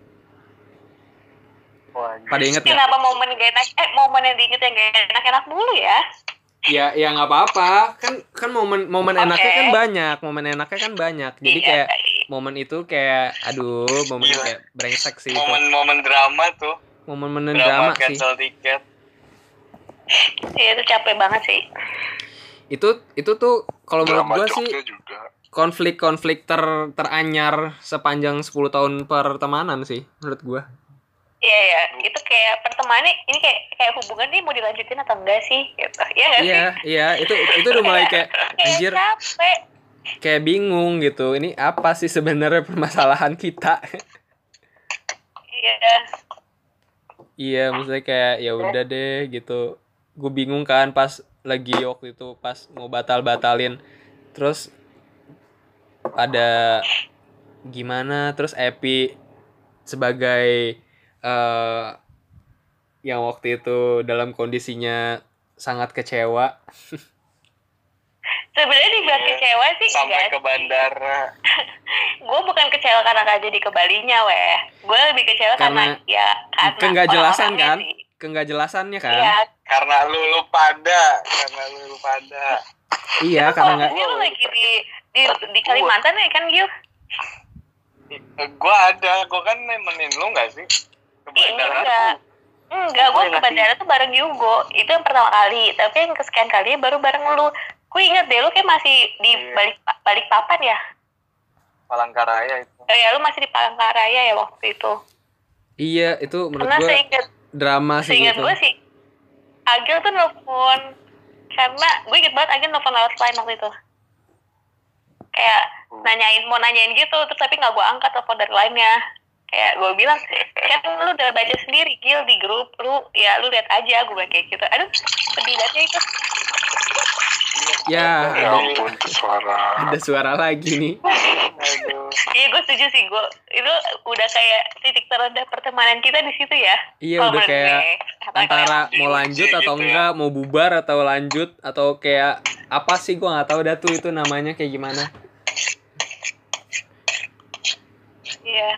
Wah, Pada inget gak? Kenapa momen gak enak? Eh, momen yang diinget yang gak enak-enak mulu ya? Ya, ya nggak apa-apa. Kan kan momen momen Oke. enaknya kan banyak, momen enaknya kan banyak. Jadi Iya, kayak baik. momen itu kayak aduh, momen Gila. kayak brengsek sih itu. Momen-momen drama tuh. Momen-momen Drama, drama sih. cancel tiket. Iya, itu capek banget sih. Itu itu tuh kalau menurut Drama gue sih Jogja juga. konflik-konflik ter teranyar sepanjang sepuluh tahun pertemanan sih menurut gue. Iya, iya. Itu kayak pertemanan ini kayak kayak hubungan nih mau dilanjutin atau enggak sih? Gitu. Iya nggak sih? Iya, iya, itu itu udah mulai kayak Kayak anjir, capek. kayak bingung gitu. Ini apa sih sebenarnya permasalahan kita? Iya. Iya, maksudnya kayak ya udah deh gitu. Gue bingung kan pas lagi waktu itu pas mau batal-batalin. Terus ada gimana? Terus Epi sebagai eh yang waktu itu dalam kondisinya sangat kecewa. Sebenarnya dibilang kecewa sih Sampai enggak ke sih. bandara. Gue bukan kecewa karena gak jadi ke Balinya, weh. Gue lebih kecewa karena, Karena ya karena Ke nggak jelasan orang-orangnya kan? sih. Ke nggak jelasannya kan? Iya. Karena lu lu pada, karena lu lu pada. Iya, Itu karena nggak. posisinya lu lagi di di, di Kalimantan ya kan, Gil? Gua ada, gua kan nemenin lu nggak sih? Ke Ih, bandara. enggak. Enggak, gue ke bandara tuh bareng Yugo. Itu yang pertama kali. Tapi yang kesekian kalinya baru bareng lu. Gue inget deh, lu kayak masih di Iya. balik balik papan ya? Palangkaraya itu. Oh ya, lu masih di Palangkaraya ya waktu itu. Iya, itu menurut Karena gue seinget, drama sih seinget gitu. gue sih, Agil tuh nelfon. Karena gue inget banget Agil nelfon lewat line waktu itu. Kayak nanyain, mau nanyain gitu. Terus tapi gak gue angkat telepon dari line-nya. Kayak gue bilang, kan lu udah baca sendiri Gil di grup. Lu, ya lu lihat aja, gue bilang kayak gitu. Aduh, sedih banget itu. Ya, Ya ada, ampun, itu suara. ada suara lagi nih. Aduh. Iya, gue setuju sih. Gue itu udah kayak titik terendah pertemanan kita di situ ya. Iya, Kalau udah menurut kayak gue. Kata antara kalian. mau lanjut atau gitu ya. enggak, mau bubar atau lanjut atau kayak apa sih, gue nggak tahu dah tuh itu namanya kayak gimana. Iya.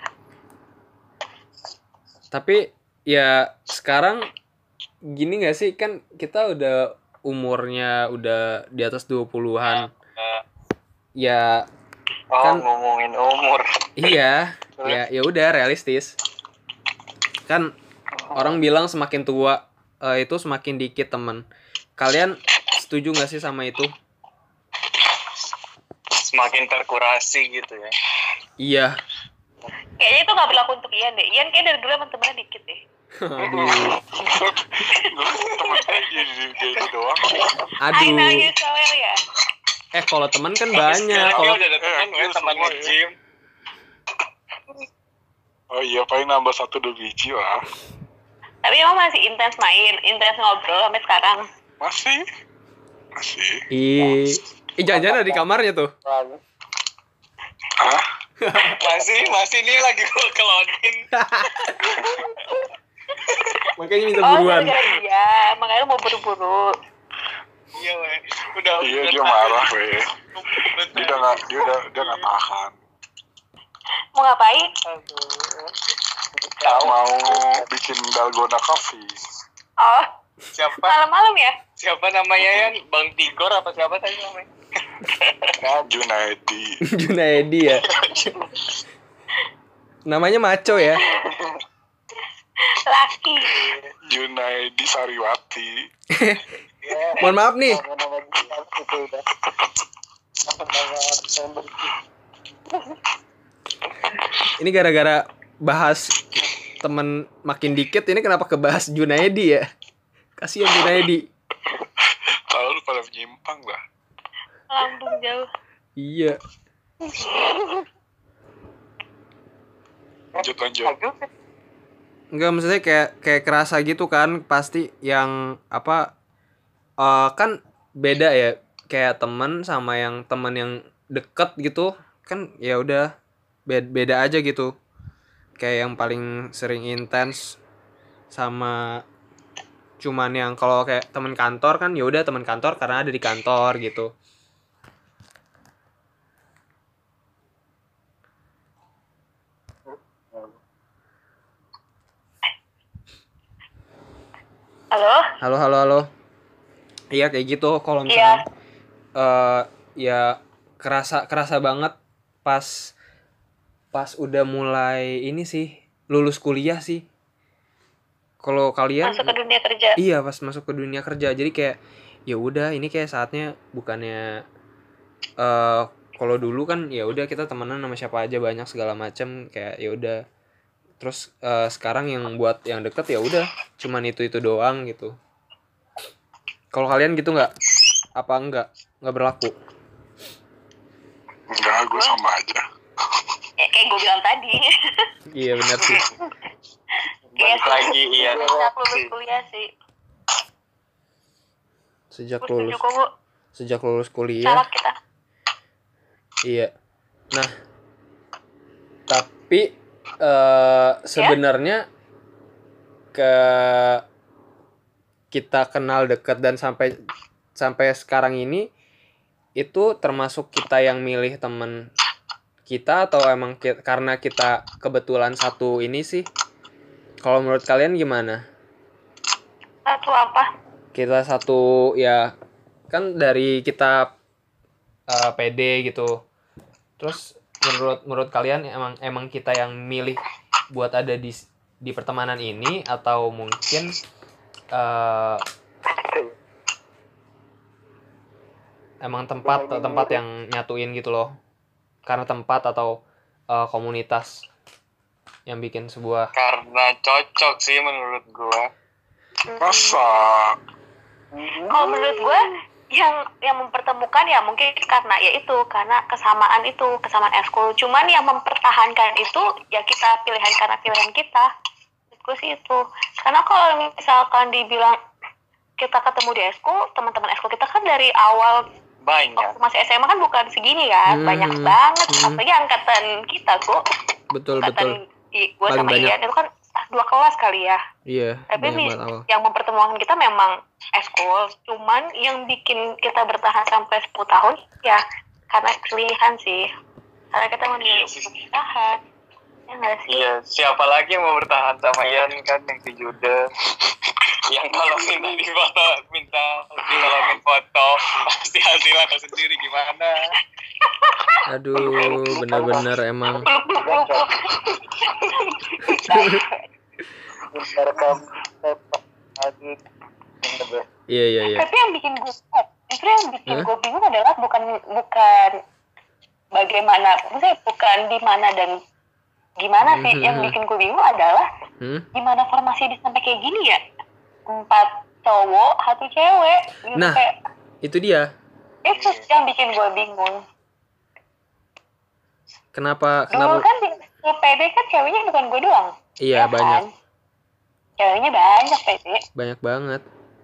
Tapi ya sekarang gini nggak sih, kan kita udah umurnya udah di atas dua puluhan. Ya Oh, Kan- ngomongin umur. iya, ya ya udah realistis. Kan orang bilang semakin tua eh, itu semakin dikit teman. Kalian setuju nggak sih sama itu? semakin terkurasi gitu ya. Iya. Kayaknya itu nggak berlaku untuk Ian deh. Ian kayak dari dulu emang temennya dikit deh. Aduh. Temennya jadi jadi doang. I know Aduh. you so well ya. Eh kalau teman kan banyak. Kalau Kalau udah ada teman, Eh, gue teman semua ya. nge-gym. Oh iya, paling nambah satu dua biji lah. Tapi emang masih intens main, intens ngobrol sampai sekarang. Masih. Masih. Ih, Ih jangan-jangan ada di kamarnya tuh. Hah? Masih, masih nih lagi gue kelonin. Makanya minta Oh, buruan. gara-gara dia, makanya lu mau buru-buru. Iya, weh. Udah, Iya, udah dia tahan. marah, weh. Udah Dia udah nggak, dia udah, dia nggak tahan. Mau ngapain? Tahu. Mau bikin dalgona coffee. Oh, Siapa? malam-malam ya? Siapa namanya ya? Bang Tigor apa siapa tadi namanya? Junaidi. Junaedi ya. Namanya maco ya. Laki. Junaidi Sariwati. Mohon maaf nih. Nama-nama itu udah. Nama-nama member. Ini gara-gara bahas temen makin dikit, ini kenapa kebahas Junaedi ya? Kasihan Junaedi. Kalau lu pada menyimpang lah. Lambung jauh. Iya. Lanjut lanjut. Enggak, maksudnya kayak kayak kerasa gitu kan, pasti yang apa eh kan beda ya, kayak teman sama yang teman yang deket gitu kan, ya udah beda, beda aja gitu. Kayak yang paling sering intens sama cuman yang kalau kayak teman kantor kan ya udah teman kantor karena ada di kantor gitu. Halo? Halo halo halo. Iya kayak gitu kalau Iya. misalkan eh ya kerasa kerasa banget pas pas udah mulai ini sih lulus kuliah sih. Kalau kalian Masuk ke dunia kerja. iya pas masuk ke dunia kerja jadi kayak ya udah ini kayak saatnya bukannya eh kalau dulu kan ya udah kita temenan sama siapa aja banyak segala macam kayak ya udah terus eh, sekarang yang buat yang deket ya udah cuman itu itu doang gitu. Kalau kalian gitu nggak apa enggak nggak berlaku? Enggak, gue sama aja. Ya, kayak gue bilang tadi. Iya benar sih. Kayak Balik lagi, iya. sejak lulus kuliah sih. Sejak Gue setuju lulus kok, Bu. sejak lulus kuliah Syarat kita. iya. Nah tapi eh sebenarnya ke kita kenal dekat dan sampai sampai sekarang ini itu termasuk kita yang milih temen kita atau emang ki- karena kita kebetulan satu ini sih? Kalau menurut kalian gimana? Satu apa? Kita satu ya kan dari kita eh, pede gitu. Terus menurut menurut kalian emang emang kita yang milih buat ada di di pertemanan ini atau mungkin eh, emang tempat tempat yang nyatuin gitu loh, karena tempat atau eh, komunitas yang bikin sebuah Karena cocok sih menurut gua. Masa? Kalau menurut gue yang yang mempertemukan ya mungkin karena ya itu karena kesamaan itu kesamaan ekskul. Cuman yang mempertahankan itu ya kita pilihan karena pilihan kita. Menurut gue sih itu. Karena kalau misalkan dibilang kita ketemu di ekskul, teman-teman ekskul kita kan dari awal Banyak. waktu masih S M A kan bukan segini kan, Hmm, banyak banget. hmm. Apalagi angkatan kita kok, betul angkatan betul gue Paling sama banyak. Ian itu kan dua kelas kali ya. iya Tapi banyak mi- banget awal. yang mempertemukan kita memang ekskul, cuman yang bikin kita bertahan sampai sepuluh tahun ya karena pilihan sih. Karena kita memilih Iya sih. untuk bertahan. Ya nggak sih? Iya, siapa lagi yang mau bertahan sama Ian kan yang si Jude. Yang kalau minta di foto, minta ditolongin foto, pasti hasilnya tahu sendiri gimana. Aduh bener-bener emang Merekam sepak adit. iya iya iya Tapi yang bikin gue, justru yang bikin Hah? gue bingung adalah bukan bukan bagaimana, maksudnya bukan di mana dan gimana sih, Hmm. yang bikin gue bingung adalah Hmm? gimana formasi bisa sampai kayak gini ya, empat cowok satu cewek gitu. Nah. Kayak, Itu dia. itu yang bikin gue bingung. Kenapa Dulu kenapa kan di di P D kan ceweknya bukan gue doang. Iya, ya banyak. Kan? Ceweknya banyak P D. Banyak banget.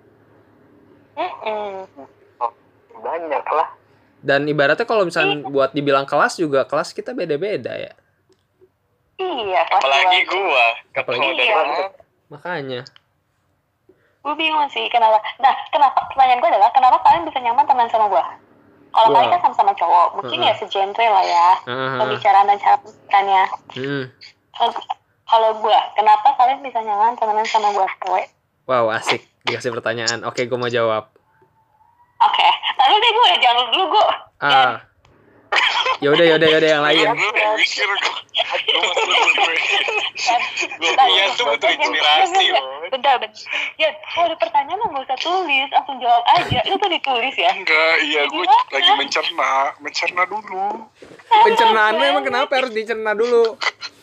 Mm-mm. Banyak lah. Dan ibaratnya kalau misalnya buat dibilang kelas juga kelas kita beda-beda ya. Iya, kelas Apalagi dua. gua Apalagi- ketemu dari Iya. mana? Makanya. Gue bingung sih kenapa. Nah, kenapa pertanyaan gue adalah kenapa kalian bisa nyaman teman sama gue? Kalau Wow. kalian kan sama-sama cowok, mungkin Uh-uh. ya segenre lah ya Heeh. pembicaraan dan cara pembicaranya. Hmm. Kalau gue, kenapa kalian bisa nyaman temenan sama gue cewek? Wow, asik dikasih pertanyaan. Oke, gue mau jawab. Oke, lalu deh gue, jangan dulu gue. Ah. Yaudah, yaudah, yaudah yang lain. Gue udah mikir gue. Gue masih gue. Gua Ian tuh butuh inspirasi loh. Bentar, bentar. Ya, kalau ada pertanyaan lo gak usah tulis, langsung jawab aja. Itu tuh ditulis ya. Enggak, iya gue Gimana? lagi mencerna, mencerna dulu. Pencernaannya emang kenapa harus dicerna dulu?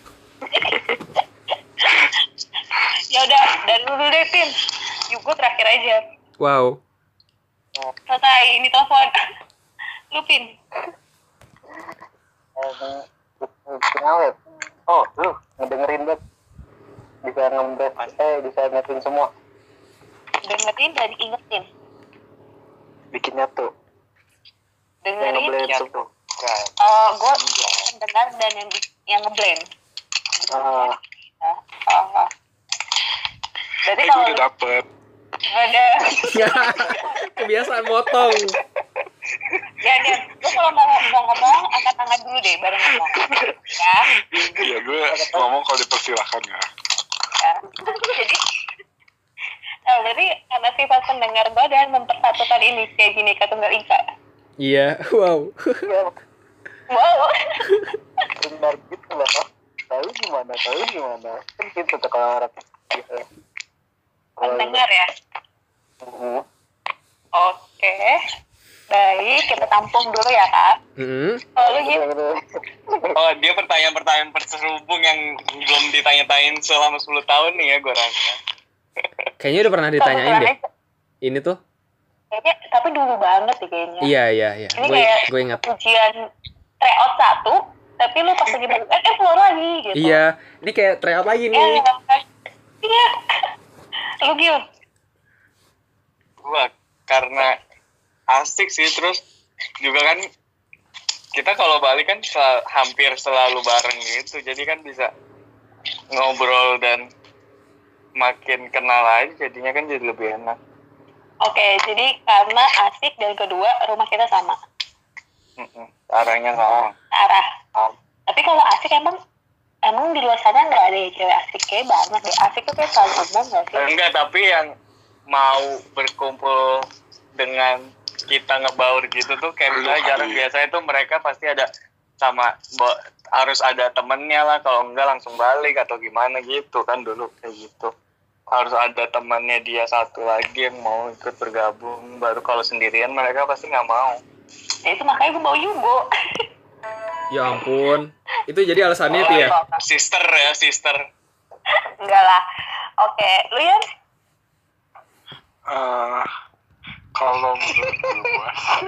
Ya udah, dari dulu deh, Pin. Yuk, gue terakhir aja. Wow. Selesai, ini telepon. Lu, Pin. Pengawet. Oh, lu ngedengerin banget. Bisa ngebet, eh bisa ngetin semua. Dengerin dan ingetin. Bikin nyatu. Yang Dengerin. ngeblend Ya. tuh. Oh, gue pendengar dan yang di- yang ngeblend. Ah, Oh. Berarti Eh gue kalau udah dapet. ada, Kebiasaan motong. ya Dan, lu kalau mau mau ngomong angkat tangan dulu deh baru ngomong. Ya, Iya gue ngomong kalau dipersilahkan ya. ya. Jadi, nah, berarti karena sifat pendengar gue dan mempersatukan ini kayak gini Tunggal Ika. Iya, wow. iya, Wow. benar gitu lah. Tahu gimana, tahu gimana. Kan gitu tuh kalau orang gitu. Pendengar ya. Mhm. Oke. Baik, kita tampung dulu ya, Kak. Hmm. Oh, lu gitu. Oh, dia pertanyaan-pertanyaan terselubung yang belum ditanya-tain selama sepuluh tahun nih ya gue rasa. Kayaknya udah pernah ditanyain deh. Ini tuh. Kayaknya, tapi dulu banget sih kayaknya. Iya, iya, iya. Ini Gue kayak gue ingat. ujian tryout satu, tapi lu pas lagi baru, eh, eh keluar lagi gitu. Iya, ini kayak tryout lagi Iya, nih. iya. Lu Gil, Gua karena asik sih, terus juga kan kita kalau balik kan sel- hampir selalu bareng gitu, jadi kan bisa ngobrol dan makin kenal aja, jadinya kan jadi lebih enak. oke, jadi karena asik dan kedua rumah kita sama, Mm-mm. Arahnya sama. arah. Tapi kalau asik emang, emang di luar sana nggak ada yang cewek asik kayak banget deh. Asik tuh kayak selalu umum nggak sih? Enggak, tapi yang mau berkumpul dengan kita ngebaur gitu tuh kayak Lu misalnya jarang, kali. biasanya tuh mereka pasti ada sama bo- harus ada temennya lah, kalau enggak langsung balik atau gimana gitu kan, dulu kayak gitu. Harus ada temannya dia satu lagi yang mau ikut bergabung, baru kalau sendirian mereka pasti nggak mau. Ya itu makanya gue bawa Yugo. Ya ampun. Itu jadi alasannya itu ya. Sister ya, sister. Enggak lah. Oke, lu ya? Eh, kalau menurut gue,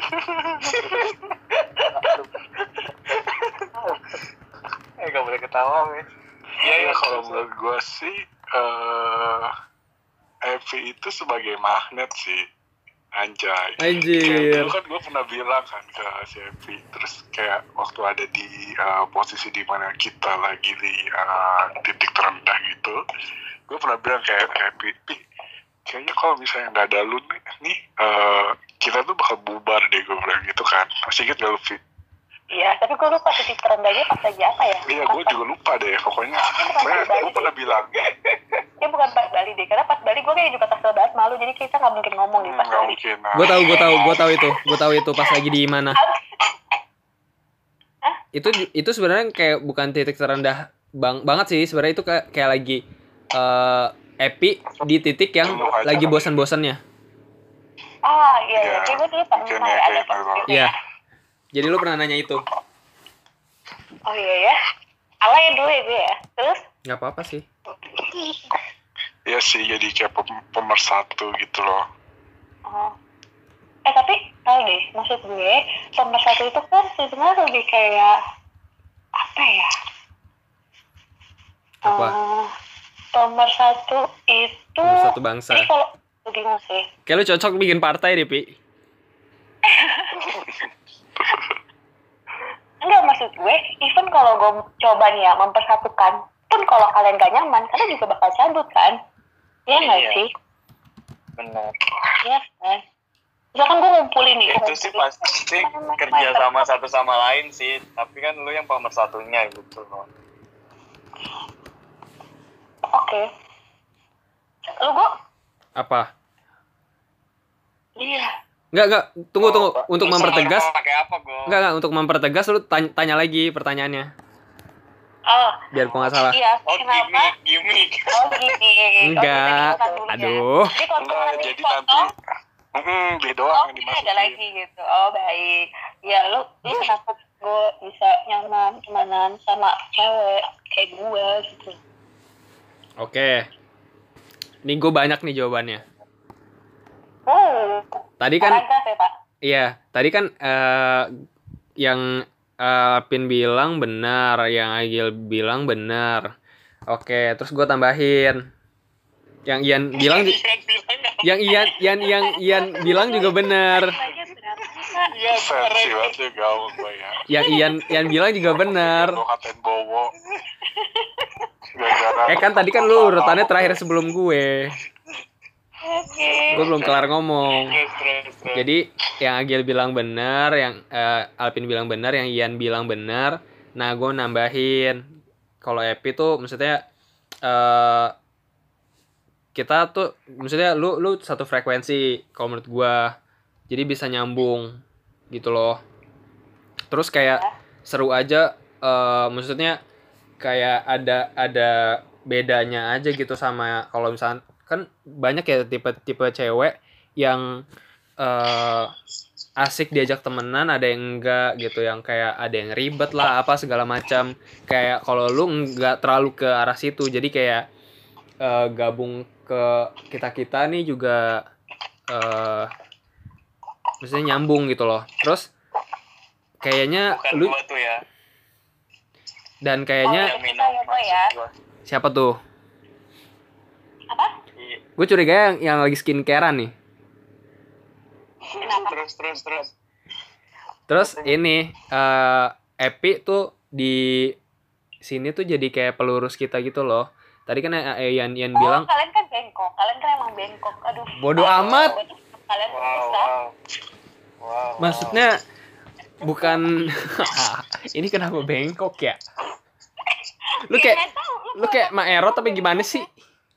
Eh gak boleh ketawa, men. ya, ya kalau menurut gue sih, eh Evi itu sebagai magnet sih, anjay. Anjir. Kayak dulu kan gue pernah bilang kan ke si Evi, terus kayak waktu ada di eh, posisi di mana kita lagi di eh, titik terendah gitu, gue pernah bilang kayak Evi, "Pi, kayaknya kalau misalnya nggak ada lu nih, nih eh, kita tuh bakal bubar deh," gue bilang gitu kan. Masih inget gak lu, Vi? Iya, tapi gue lupa titik terendahnya pas lagi apa ya? Iya, Pas- gue juga lupa deh. Pokoknya, pokoknya gue pernah bilang, Dia bukan pas Bali deh, karena pas Bali gue kayak juga kesel banget malu, jadi kita nggak mungkin ngomong di "Hmm, pas nggak Bali. mungkin. Nah, Gue tahu, gue tahu, gue tahu itu. Gue tahu itu pas lagi di mana. Itu itu sebenarnya kayak bukan titik terendah bang banget sih. Sebenarnya itu kayak kayak lagi eh Epi di titik yang Jenuh aja lagi kali. bosan-bosannya. Ah, iya, iya. Iya, Kayak gue dulu pernah mungkin kayak ya, ada kayak pas gitu. gitu Iya. ya. Jadi lu pernah nanya itu. Oh iya ya. Alay dulu ya gue ya. Terus? Nggak apa-apa sih. Ya sih, jadi kayak pem- pemersatu gitu loh. Oh. Eh tapi tahu deh, maksud gue pemersatu itu kan sebenarnya lebih kayak apa ya? Apa? Uh, pemersatu itu. Pemersatu bangsa. Ini kalau bingung sih. Kayak lu cocok bikin partai deh, Pi. Enggak, maksud gue, even kalau gue coba nih ya mempersatukan, pun kalau kalian gak nyaman, kalian juga bakal cabut kan? Iya nggak Iya. sih? Benar. Iya kan? Misalkan gue ngumpulin nih, Itu sih pasti kerja sama satu sama lain sih, tapi kan lu yang pemersatunya gitu loh. Oke. Lu gue? Apa? Iya. Enggak, enggak. Tunggu, tunggu. Oh, Untuk lu mempertegas. sama pakai apa, Go? Enggak, enggak. Untuk mempertegas lu tanya, tanya lagi pertanyaannya. Oh. Biar gua nggak salah. Iya, Oh, kenapa? gimmick, gimmick. Oh, gini. Enggak. Oh, kita dulu ya. Aduh. Jadi kalau Enggak, misalkan jadi dipotong, nanti hmm, dia doang oh, yang ini dimasukin. ada lagi gitu. Oh, baik. Ya, lu, lu kenapa gue bisa nyaman temanan sama cewek kayak gue gitu. Oke. Ini gue banyak nih jawabannya. Oh, Tadi kan, paragraf ya, Pak? iya. Tadi kan eh, yang eh, Pin bilang benar, yang Agil bilang benar. Oke, terus gue tambahin. Yang Ian bilang, ju- yang Ian, Ian, yang Ian bilang juga benar. Nilainya berapa sih, Pak? Iya, Sensi banget ya gaul gue ya. Yang Ian, Ian bilang juga benar. Gue katain Bowo. Gara-gara Eh kan tadi kan lu urutannya terakhir sebelum gue. Oke. Gue belum kelar ngomong. Terus, terus, terus. Jadi yang Agil bilang benar, yang eh, Alvin bilang benar, yang Ian bilang benar. Nah, gue nambahin. Kalau Epi tuh maksudnya eh kita tuh maksudnya lu lu satu frekuensi kalau menurut gue. Jadi bisa nyambung gitu loh. Terus kayak seru aja eh maksudnya kayak ada ada bedanya aja gitu sama kalau misalnya kan banyak ya tipe-tipe cewek yang eh asik diajak temenan, ada yang enggak gitu, yang kayak ada yang ribet lah apa segala macam. Kayak kalau lu enggak terlalu ke arah situ, jadi kayak eh, gabung ke kita-kita nih juga eh maksudnya nyambung gitu loh. Terus kayaknya Bukan lu gua tuh ya. dan kayaknya Oh, kita ya, Boy, ya. gua. siapa tuh? Apa? Iya. Gue curiga yang, yang lagi skincarean nih. Kenapa? Terus, terus, terus. Terus ini eh Epi tuh di sini tuh jadi kayak pelurus kita gitu loh. Tadi kan eh, Ian Ian Oh, bilang kalian kan bengkok. Kalian kan emang bengkok. Aduh. bodoh amat. Kalian Wow, bisa. wow. Wow. Maksudnya bukan ini kenapa bengkok ya? Lu kayak Nggak tahu, lu kayak Maerot tapi gimana sih?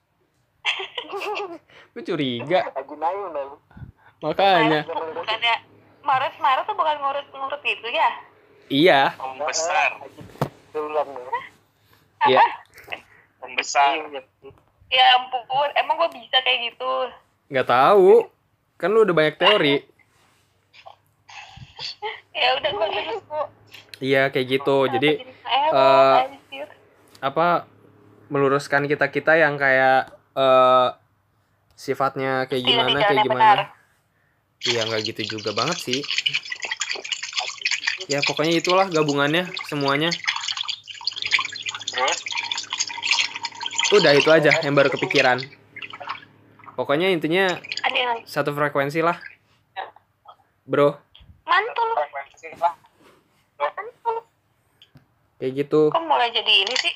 Gue curiga. Lagi naik nih. Makanya. Maret bukannya Maret Maret tuh bukan ngurut-ngurut gitu ya? Iya. Om besar. Tulang nih. Iya. Om besar. Ya ampun, emang gue bisa kayak gitu? Nggak tahu. Kan lu udah banyak teori. Ya udah gue terus gue. Iya kayak gitu. Jadi eh, eh, anjir. apa meluruskan kita-kita yang kayak eh sifatnya kayak Tidak gimana di jalan kayak yang gimana. benar. Iya nggak gitu juga banget sih. Ya pokoknya itulah gabungannya semuanya. Terus? Udah itu aja yang baru kepikiran. Pokoknya intinya Ada yang lagi. satu frekuensi lah. Bro, Mantul. kayak gitu. Kok mulai jadi ini sih?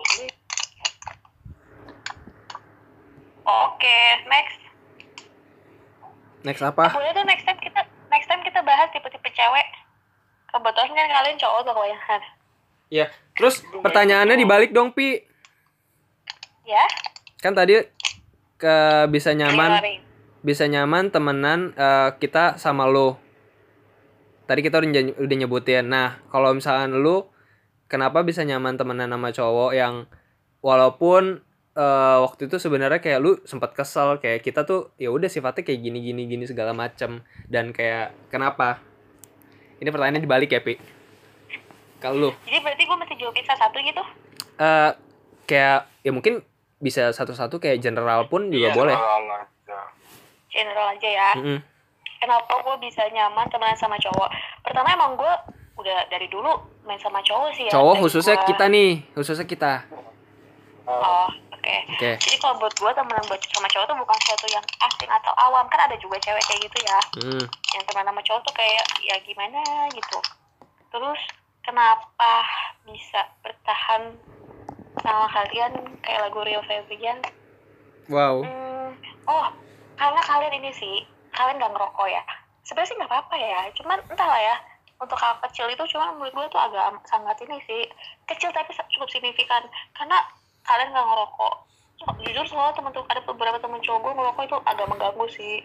Oke, next. Next apa? Boleh tuh next time kita next time kita bahas tipe-tipe cewek. Kebetulan kan kalian cowok tuh kebanyakan. Ya, terus pertanyaannya dibalik dong, Pi. Ya? Kan tadi ke bisa nyaman, Gimana? bisa nyaman temenan eh, kita sama lo. Tadi kita udah, ny- udah nyebutin. Nah, kalau misalkan lu kenapa bisa nyaman temenan sama cowok yang walaupun eh, waktu itu sebenarnya kayak lu sempat kesel, kayak kita tuh ya udah sifatnya kayak gini gini gini segala macem, dan kayak kenapa? Ini pertanyaannya dibalik ya, Pi. Kalau lu? Jadi berarti gue mesti jawabin satu-satu gitu? Uh, kayak ya mungkin bisa satu-satu kayak general pun juga Iya, boleh. general aja. General aja ya. Mm-mm. Kenapa gue bisa nyaman temenan sama cowok? Pertama emang gue udah dari dulu main sama cowok sih ya. Cowok Dari khususnya gua... kita nih, khususnya kita. Oh, oke. Okay. Oke. Okay. Jadi kalau buat gue temenan buat sama cowok tuh bukan sesuatu yang asing atau awam. Kan ada juga cewek kayak gitu ya. Hmm. Yang temenan sama cowok tuh kayak ya gimana gitu. Terus kenapa bisa bertahan sama kalian kayak lagu Rio Febrian? Wow. Hmm, oh, karena kalian ini sih, kalian gak ngerokok ya. Sebenarnya sih gak apa-apa ya. Cuman entahlah ya. Untuk hal kecil itu cuma menurut gue tuh agak sangat ini sih. Kecil tapi cukup signifikan. Karena kalian gak ngerokok. Jujur soalnya teman-teman ada beberapa teman cowok gue ngerokok itu agak mengganggu sih.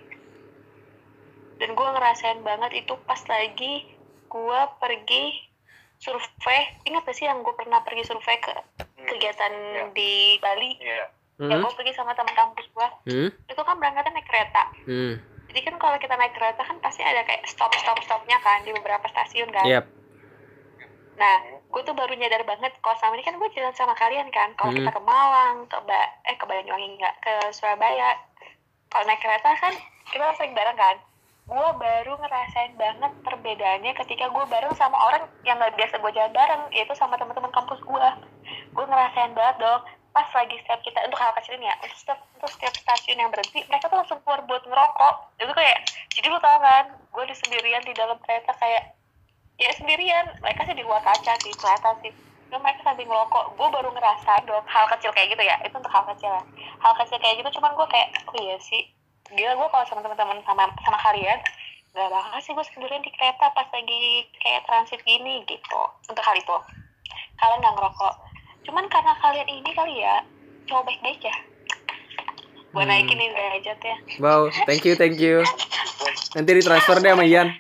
Dan gue ngerasain banget itu pas lagi gue pergi survei. Ingat gak sih yang gue pernah pergi survei ke kegiatan yeah. di Bali? Iya. Yeah. Hmm. Ya gue pergi sama teman kampus gue. Hmm. Itu kan berangkatnya naik kereta. Hmm. Jadi kan kalau kita naik kereta kan pasti ada kayak stop-stop-stopnya kan di beberapa stasiun kan. Yep. Nah, gue tuh baru nyadar banget kalau sama ini kan gue jalan sama kalian kan. Kalau Hmm. kita ke Malang, ke ba- eh ke Banyuwangi enggak, ke Surabaya. Kalau naik kereta kan kita sering bareng kan. Gue baru ngerasain banget perbedaannya ketika gue bareng sama orang yang nggak biasa gue jalan bareng, yaitu sama teman-teman kampus gue. Gue ngerasain banget dong. Pas lagi setiap kita untuk hal kecil ini ya, untuk setiap, untuk setiap stasiun yang berhenti, mereka tuh langsung keluar buat ngerokok. Itu kayak, jadi lu tau kan, gue di sendirian di dalam kereta kayak, ya sendirian, mereka sih di luar kaca sih, kelihatan sih. Ya, mereka sambil ngerokok, gue baru ngerasain dong hal kecil kayak gitu ya, itu untuk hal kecil ya. Hal kecil kayak gitu, cuman gue kayak, oh iya sih, gila gue kalau sama teman-teman sama sama kalian, gak bakal sih gue sendirian di kereta pas lagi kayak transit gini gitu. Untuk hal itu, kalian gak ngerokok. Cuman karena kalian ini kali ya cowok baik-baik ya, gue Hmm. naikin nih derajatnya. Wow, thank you, thank you. Nanti ditransfer deh sama Ian.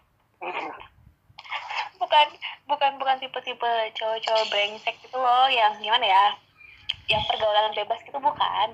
Bukan, bukan, bukan tipe-tipe cowok-cowok brengsek gitu loh, yang gimana ya, yang pergaulan bebas gitu bukan.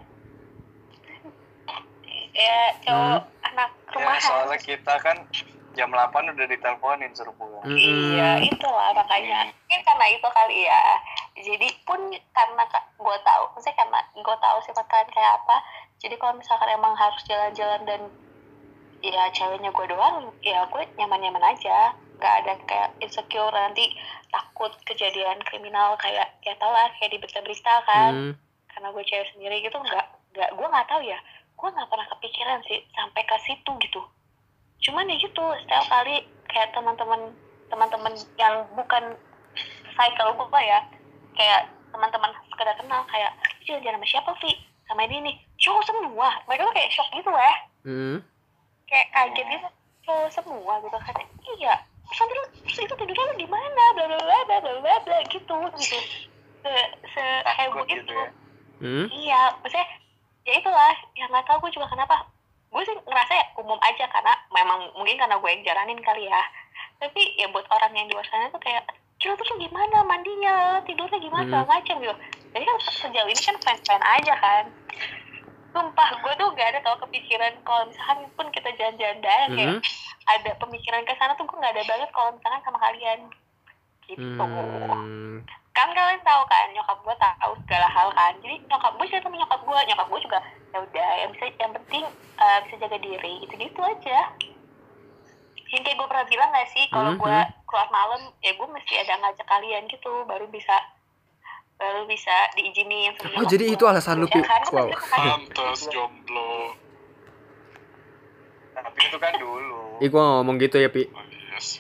Ya cowok Hmm. anak Ya, rumahan. soalnya kita kan jam delapan udah diteleponin suruh pulang. Mm-mm. Iya, itulah makanya. Mungkin karena itu kali ya. Jadi pun karena gue tahu, maksudnya karena gue tahu sifat kalian kayak apa. Jadi kalau misalkan emang harus jalan-jalan dan ya ceweknya gue doang, ya gue nyaman-nyaman aja. Gak ada kayak insecure nanti takut kejadian kriminal kayak ya tau lah kayak di berita-berita kan. Hmm. Karena gue cewek sendiri gitu nggak nggak gue nggak tahu ya. Gue nggak pernah kepikiran sih sampai ke situ gitu. Cuman ya gitu setiap kali kayak teman-teman teman-teman yang bukan cycle gue ya, kayak teman-teman sekedar kenal kayak jalan-jalan sama siapa Vi, sama ini nih cowok semua, mereka tuh kayak shock gitu ya, Hmm. kayak kaget gitu, cowok semua gitu kan. Iya, terus nanti lu terus itu tidurnya lu di mana, bla bla bla bla bla bla bla gitu gitu, se se heboh Takut itu. gitu ya. Hmm. Iya, maksudnya ya itulah, ya nggak tahu gue juga kenapa. Gue sih ngerasa ya umum aja karena memang mungkin karena gue yang jalanin kali ya. Tapi ya buat orang yang di luar sana tuh kayak, gila tuh gimana mandinya, tidurnya gimana, Hmm. macam gitu. Jadi kan sejauh ini kan fan-fan aja kan. Sumpah gue tuh gak ada tau kepikiran kalau misalkan pun kita jalan-jalan bareng kayak Hmm. ada pemikiran ke sana tuh gue gak ada banget kalau misalkan sama kalian. Gitu. Hmm. Kan kalian tahu kan nyokap gue tahu segala hal kan, jadi nyokap gue cerita sama nyokap gue, nyokap gue juga ya udah yang bisa yang penting uh, bisa jaga diri gitu gitu aja. Yang kayak gue pernah bilang nggak sih kalau Mhm. gue keluar malam ya gue mesti ada ngajak kalian gitu baru bisa baru bisa diizinin sama Oh, nyokap jadi gue. itu alasan lu, Ya Pi? kan? Wow. Pantes jomblo. Tapi itu kan dulu. Ih, gua ngomong gitu ya, Pi. Oh, iya sih.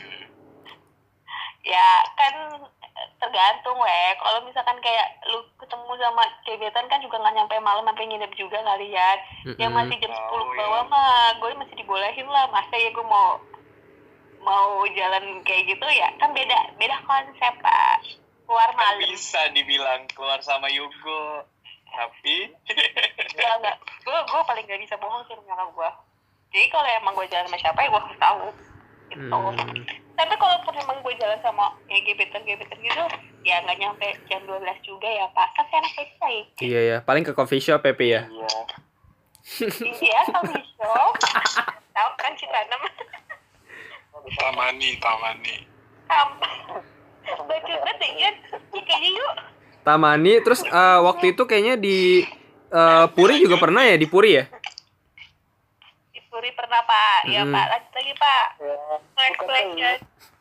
Ya kan tergantung weh. Kalau misalkan kayak lu ketemu sama gebetan kan juga nggak nyampe malam sampai nginep juga kalian. Yang Mm-mm. masih jam Oh, sepuluh ke iya. bawah mah gue masih dibolehin lah. Masa ya gue mau mau jalan kayak gitu ya kan beda beda konsep Pak. Keluar Kan malam. bisa dibilang keluar sama Yugo. Tapi Ya enggak. Gue gue paling gak bisa bohong sih sama nyokap gue. Jadi kalau emang gue jalan sama siapa ya gue harus tahu. Gitu. Hmm. Tapi kalaupun emang gue jalan sama ya gebetan-gebetan gitu, ya nggak nyampe jam dua belas juga ya Pak. Kan saya anak baik. Iya ya, paling ke coffee shop ya, Pi ya. iya. Iya, coffee shop. Tahu kan Citanam? Tamani, Tamani. Tam- Baca banget ya, kayaknya yuk. Tamani, terus uh, waktu itu kayaknya di uh, Puri juga pernah ya, di Puri ya? Di Puri pernah Pak, ya Hmm. Pak, lanjut lagi Pak. Ya, Next question.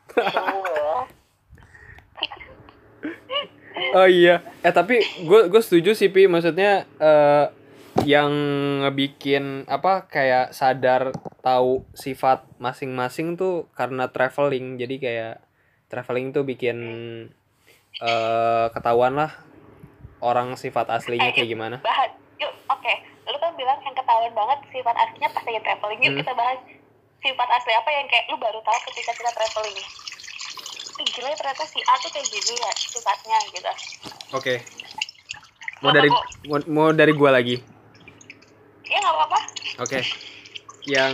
Oh iya, eh tapi gue gue setuju sih Pi, maksudnya eh yang ngebikin apa kayak sadar tahu sifat masing-masing tuh karena traveling. Jadi kayak traveling tuh bikin eh ketahuan lah orang sifat aslinya Eh, kayak yuk, gimana. Bahas, yuk, oke. Lu kan bilang yang ketahuan banget sifat aslinya pas lagi traveling. Yuk Hmm. kita bahas sifat asli apa yang kayak lu baru tahu ketika kita traveling. Ih, gila ya, ternyata si A tuh kayak gini ya sifatnya gitu. Oke. Mau dari mau, mau dari gue lagi. Ya nggak apa-apa. Oke. Yang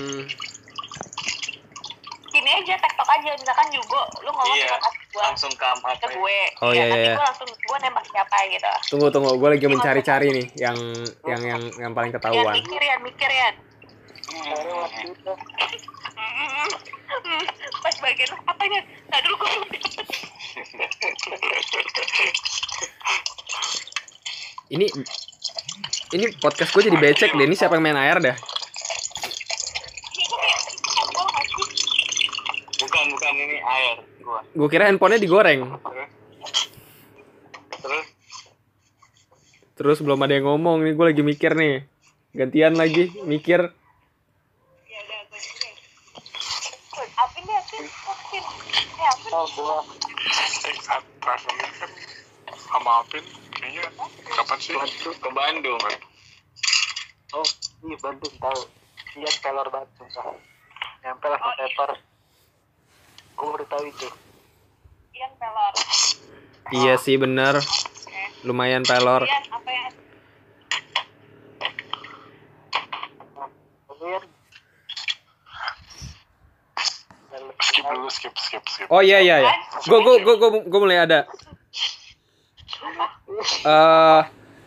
Gini aja, tektok aja. Misalkan Yugo, lu ngomong Iya, sifat asli gue langsung come up ke ya. gue. Oh, ya, iya, nanti iya. gue langsung gue nembak siapa gitu. tunggu tunggu, gue lagi mencari-cari nih yang yang yang yang paling Yang ketahuan. mikir ya, mikir ya. Karena waktu itu Hmm, pas bagian apanya? Nah dulu gue belum dapet. Ini ini podcast gue jadi becek deh. Ini siapa yang main air dah? Ini gue kayak sampel nggak sih? Bukan, bukan ini air gua. Gue kira handphonenya digoreng. Terus terus Terus belum ada yang ngomong nih, gue lagi mikir nih. Gantian lagi mikir. Ya udah gue juga. Tuh, Apin deh, Apin. Apin. Eh, Apin. oh, gua Eh, saat traveling kan sama Apin kayaknya kapan sih? ke Bandung. oh iya Bandung tahu. Lihat pelor banget sumpah. Nyampe langsung Oh, iya. tetor. Gua udah tahu itu. Ian pelor. Iya sih bener. Oke. Lumayan pelor. Ian, apa yang Kemudian Skip dulu, skip, skip, skip. Oh iya iya ya. Gue gue gue gue gue mulai ada. Eh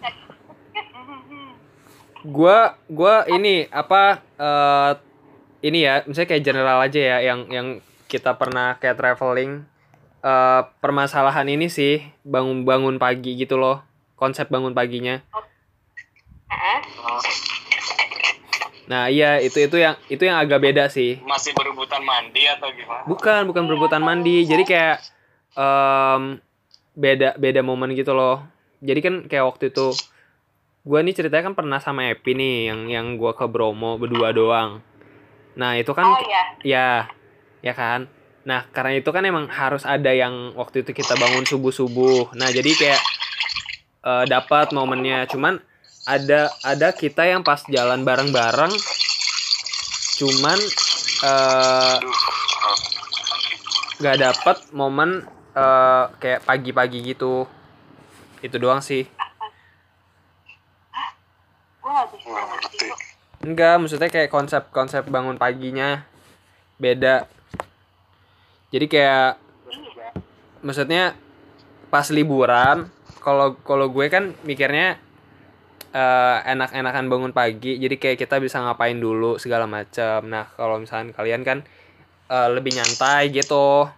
gue gue ini apa eh ini ya, misalnya kayak general aja ya yang yang kita pernah kayak traveling. Eh permasalahan ini sih bangun bangun pagi gitu loh, konsep bangun paginya. Hah? Nah iya itu itu yang itu yang agak beda sih. Masih berebutan mandi atau gimana? Bukan bukan berebutan mandi, jadi kayak em, beda beda momen gitu loh. Jadi kan kayak waktu itu gue nih ceritanya kan pernah sama Epi nih yang yang gue ke Bromo berdua doang. Nah itu kan Oh iya. ya ya kan. Nah karena itu kan emang harus ada yang waktu itu kita bangun subuh subuh. Nah jadi kayak eh, dapat momennya. Cuman ada ada kita yang pas jalan bareng-bareng cuman eh, Aduh, ah, nggak dapet momen eh, kayak pagi-pagi gitu. Itu doang sih. Gue gak bisa nggak ngerti ngerti. kok. Enggak, maksudnya kayak konsep-konsep bangun paginya beda. Jadi kayak Iya. maksudnya pas liburan, kalau kalau gue kan mikirnya eh, enak-enakan bangun pagi. Jadi kayak kita bisa ngapain dulu segala macam. Nah, kalau misalkan kalian kan eh, lebih nyantai gitu.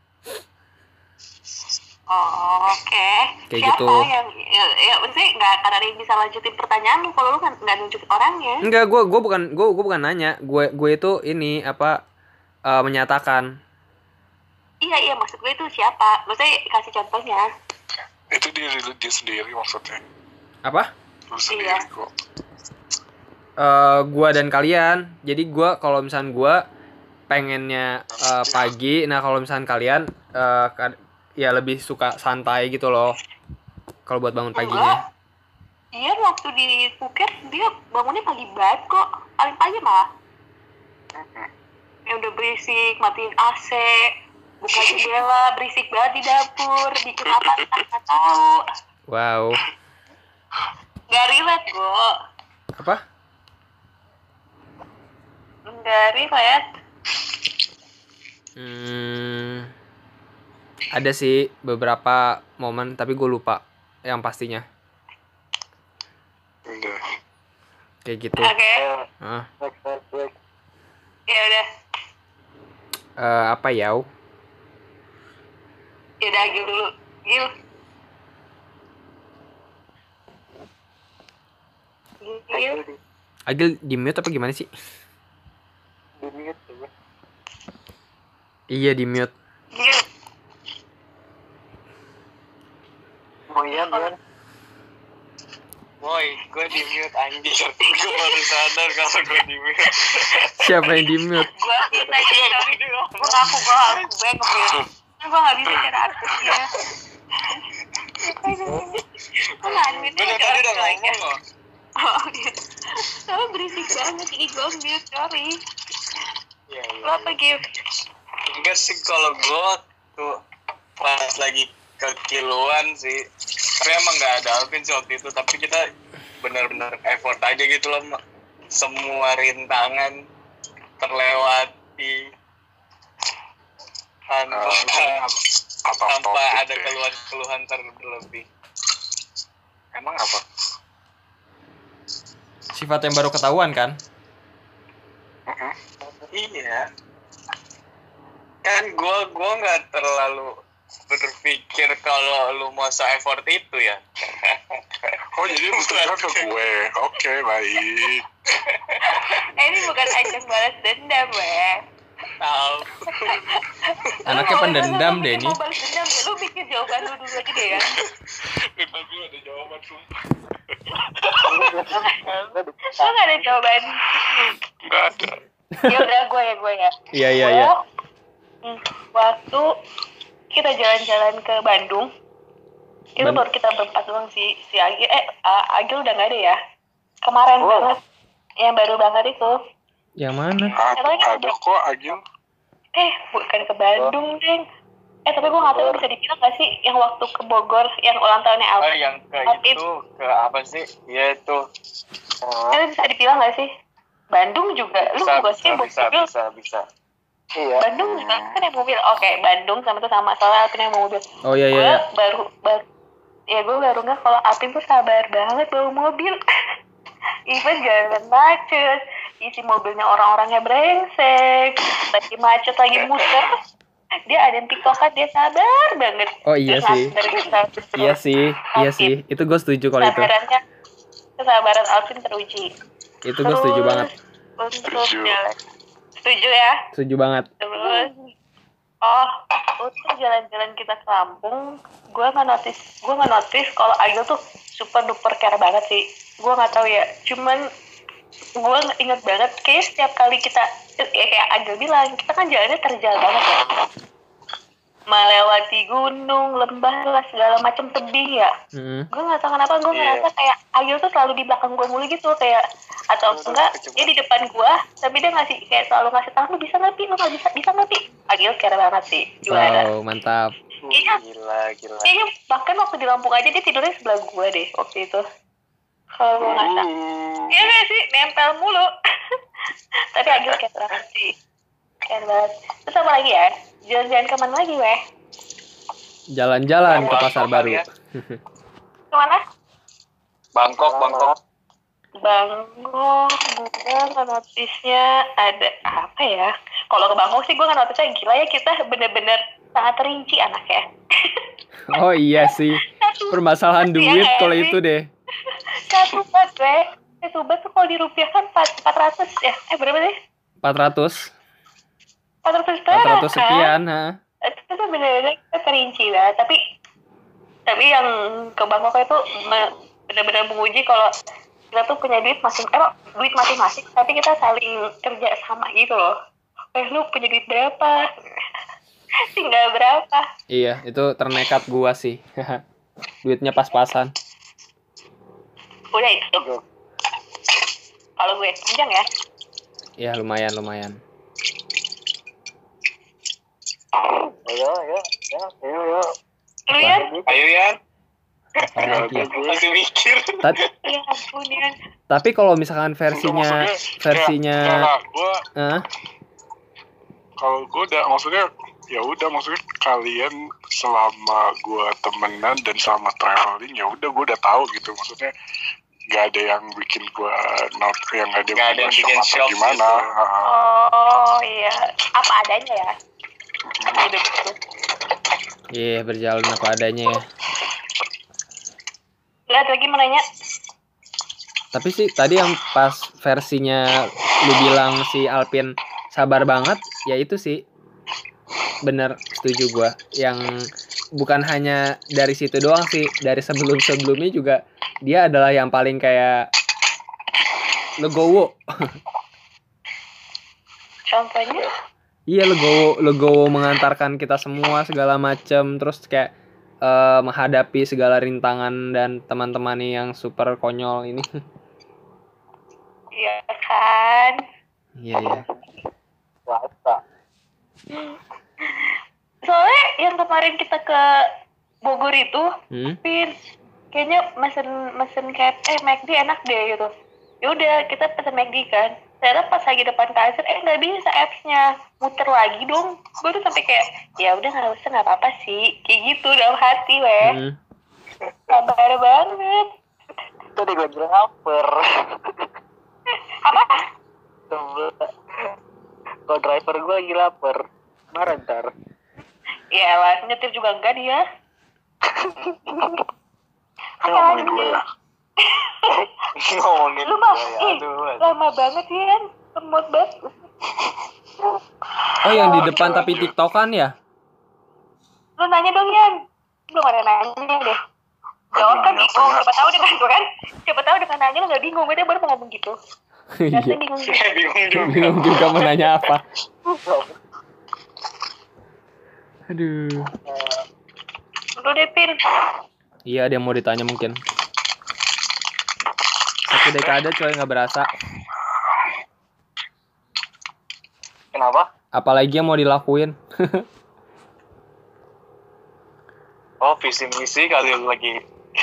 Oh, oke. Kayak Siapa gitu. yang ya, ya maksudnya nggak akan ada yang bisa lanjutin pertanyaan lu kalau lu kan nggak nunjukin orangnya. Enggak, gue gue bukan gue gue bukan nanya. Gue gue itu ini apa eh, menyatakan. Iya iya maksud gue itu siapa? Maksudnya kasih contohnya. Itu diri lu dia sendiri maksudnya. Apa? Lu sendiri Iya. kok. eh gua dan kalian. Jadi gua kalau misalkan gua pengennya eh, pagi, nah kalau misalkan kalian eh, kad- ya lebih suka santai gitu loh. Kalau buat bangun paginya. Iya waktu di Phuket dia bangunnya pagi banget kok. Paling pagi malah. Yang udah berisik, matiin A C, buka jendela, berisik banget di dapur, bikin apa nggak tahu. Wow. Gak relate kok. Apa? Gak relate. Hmm, ada sih beberapa momen tapi gue lupa yang pastinya. Udah. Kayak gitu. Oke. Ah, next next next. Ya udah. eh, apa ya? Ya udah Agil dulu. Gil. Gil. Agil di mute apa gimana sih? Di mute ya. Iya di mute. Gil. Oh iya, Bian. Boy, gue di mute anjir. Gue baru sadar kalau gue di mute. Siapa yang di mute? Gue kita sorry gue ngaku gue ngaku gue nge-mute. Gue gak bisa cara aktif ya. Gue gak unmute Gue dari tadi udah ngomong loh. Oh iya. Soalnya berisik banget jadi gue mute, sorry. Iya, iya. Lo apa Gil? Enggak sih kalau gue tuh pas lagi kekiluan sih. Tapi emang nggak ada Alvin sih waktu itu. Tapi kita benar-benar effort aja gitu loh. Semua rintangan terlewati tanpa Uh, apa tanpa ada keluhan-keluhan terlebih. Emang apa? Sifat yang baru ketahuan kan? Iya. Kan gue gue nggak terlalu berpikir kalau lu mau se-effort itu ya. Oh jadi bukan ke gue. Oke, baik. Eh ini bukan ajang balas dendam ya. Tahu. Anaknya pendendam deh ini. Mau balas dendam ya, lu bikin jawaban lu dulu aja deh kan. Kita gue ada jawaban sumpah. Lu gak ada jawaban. Nggak ada. Ya udah gue ya gue ya. Iya iya iya. Hmm, waktu kita jalan-jalan ke Bandung, itu Ban- baru kita berempat doang si si Agil. Eh uh, Agil udah nggak ada ya? Kemarin Oh. banget, yang baru banget itu. Yang mana? Ada, ada kok Agil. Eh bukan ke Bandung deng. Eh tapi gue nggak tahu bisa dibilang nggak sih yang waktu ke Bogor yang ulang tahunnya Oh Alvin. yang ke Alvin. itu ke apa sih? Ya itu. Eh bisa dibilang nggak sih? Bandung juga. Lu Bisa juga bisa sih bisa mobil. bisa bisa. Iya. Bandung juga kan yang mobil. Oke Bandung sama tuh sama soalnya Alvin yang mobil. Oh iya iya. Gue iya. baru baru ya gue baru nggak kalau Alvin tuh sabar banget bawa mobil. Even jalan macet, isi mobilnya orang-orangnya brengsek, lagi macet lagi muter, dia ada yang tiktokan dia sabar banget. Oh iya Terus sih. dari kita- Iya sih. Iya sih. Itu gue setuju kalau itu. Kesabarannya, kesabaran Alvin teruji. Itu gue setuju Terus, banget. Untuk Setuju. jalan, setuju ya. Setuju banget. Terus, oh, untuk jalan-jalan kita ke Lampung, gue nggak notice, gue nggak notice kalau Agil tuh super duper care banget sih. Gue nggak tahu ya, cuman gue inget banget, kayak setiap kali kita, ya kayak Agil bilang, kita kan jalannya terjal banget ya. Melewati gunung, lembah lah, segala macam tebing ya. Mm. Gue nggak tahu kenapa gue Iya. ngerasa kayak Agil tuh selalu di belakang gue mulu gitu, kayak atau enggak dia di depan gue, tapi dia ngasih kayak selalu ngasih tahu lu bisa nggak Pi? Lu nggak bisa bisa nggak Pi? Agil care banget sih, juara. Wow mantap. Iya. Gila gila. Kayaknya bahkan waktu di Lampung aja dia tidurnya sebelah gue deh waktu itu. Kalau gue nggak salah. Iya nggak sih, nempel mulu. Tapi Agil care banget sih, care banget. Terus apa lagi ya? Jalan-jalan kemana lagi weh? Jalan-jalan ke pasar baru. Ya. Kemana? Bangkok Bangkok. Bangkok, gue nggak notisnya ada apa ya? Kalau ke Bangkok sih gue nggak notisnya gila ya kita bener-bener sangat rinci anaknya. Oh iya sih. Permasalahan Iya duit nggak kalau sih? itu deh. Satu bat weh, satu bat tuh kalau dirupiahkan empat ratus ya? Eh berapa deh? empat ratus. empat ratus empat perak ratus kan? sekian, ha. Itu tuh bener-bener kita terinci lah. Tapi tapi yang ke Bangkok itu me- bener-bener menguji kalau kita tuh punya duit masing eh duit masing-masing tapi kita saling kerja sama gitu loh. Eh lu punya duit berapa? Tinggal berapa? Iya, itu ternekat gua sih. Duitnya pas-pasan. Udah itu. Kalau gue panjang ya. Ya lumayan lumayan. Ayo, ayo, ya, ayo, ayo. Lu ya? Ayo ya. Apalagi ya. Masih mikir. Ta- Ya ampun ya. Tapi kalau misalkan versinya versinya gue Hah? kalau gue udah maksudnya ya udah maksudnya kalian selama gue temenan dan selama traveling ya udah gue udah tahu gitu maksudnya nggak ada yang bikin gue not yang nggak ada Nggak ada yang yang bikin bikin shock shock atau gimana. gitu. Ah, Oh iya. Apa adanya ya? Hidup itu. Iya, berjalan apa adanya ya. Lihat lagi mau nanya. Tapi sih tadi yang pas versinya lu bilang si Alpin sabar banget, ya itu sih bener, setuju gua. Yang bukan hanya dari situ doang sih, dari sebelum-sebelumnya juga dia adalah yang paling kayak legowo. Contohnya? Iya, legowo, legowo mengantarkan kita semua segala macam, terus kayak uh, menghadapi segala rintangan dan teman-teman yang super konyol ini. Iya kan. Iya iya. Rasa. Soalnya yang kemarin kita ke Bogor itu, Hmm? Pin, kayaknya mesen mesen kayak eh McD enak deh gitu. Ya udah kita pesen McD kan. Ternyata pas lagi depan kasir, eh nggak bisa appsnya, muter lagi dong. Gue tuh sampai kayak ya udah nggak usah, nggak apa-apa sih, kayak gitu dalam hati weh. Hmm. Sabar banget. Tadi gue bilang lapar. Apa? Kalau driver gue lagi lapar, marah ntar. Ya lah, nyetir juga enggak dia. Ini ngomongin gue ya. Ngomongin Lu mah, gue ya, ih, aduh. lama banget ya, lemot banget. Oh, yang di depan tapi tiktokan ya? Lu nanya dong, Yan. Belum ada nanya deh. Jawab kan Aduh, bingung, apa ya? siapa tahu dengan tuh kan. Siapa tahu dengan nanya lu gak bingung, gue baru mau ngomong gitu. Iya. Rasanya bingung gitu. Bingung juga. Bingung juga mau nanya apa. Aduh. Lu deh, Pin. Iya, ada yang mau ditanya mungkin. Satu dekade coy, nggak berasa. Kenapa? Apalagi yang mau dilakuin. Oh, visi misi kali lu lagi.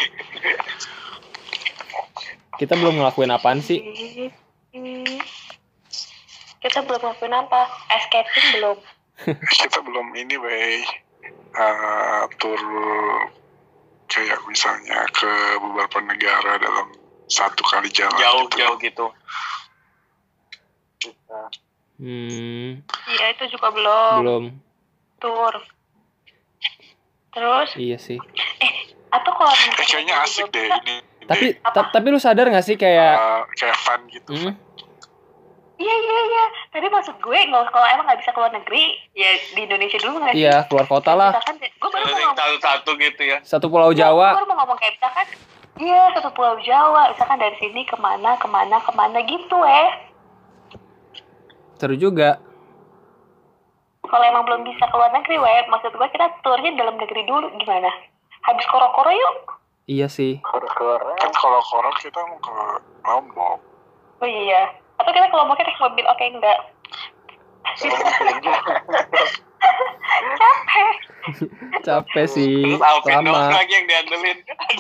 Kita belum ngelakuin apaan sih? Hmm. Kita belum ngelakuin apa? Escaping belum. Kita belum ini, wey. Uh, tur kayak misalnya ke beberapa negara dalam satu kali jalan. gitu. Jauh-jauh gitu. Hmm, Iya, itu juga belum. belum. Tur. Terus, Iya sih. eh, atau kalau Eh, kayaknya asik deh ini. ini. Tapi Apa? ta- tapi lu sadar nggak sih kayak Uh, kayak fun gitu. hmm, Iya, iya, iya. Tapi maksud gue, nggak kalau emang nggak bisa keluar negeri, ya di Indonesia dulu nggak sih? iya keluar kota lah. Misalkan, gue baru mau Keliling ngomong, satu-satu gitu ya. Satu Pulau gue Jawa. baru mau ngomong kayak misalkan, iya satu Pulau Jawa, misalkan dari sini kemana, kemana, kemana gitu eh. Seru juga. Kalau emang belum bisa keluar negeri, weh, maksud gue kita turnya dalam negeri dulu gimana? Habis koro-koro yuk. Iya sih. Keluar-keluar. Kan kalau korok kita mau ke Lombok. Oh iya. Atau kita kalau mau naik mobil, oke enggak? Capek. Capek sih. Terus Alvin doang Lama. lagi yang diandelin.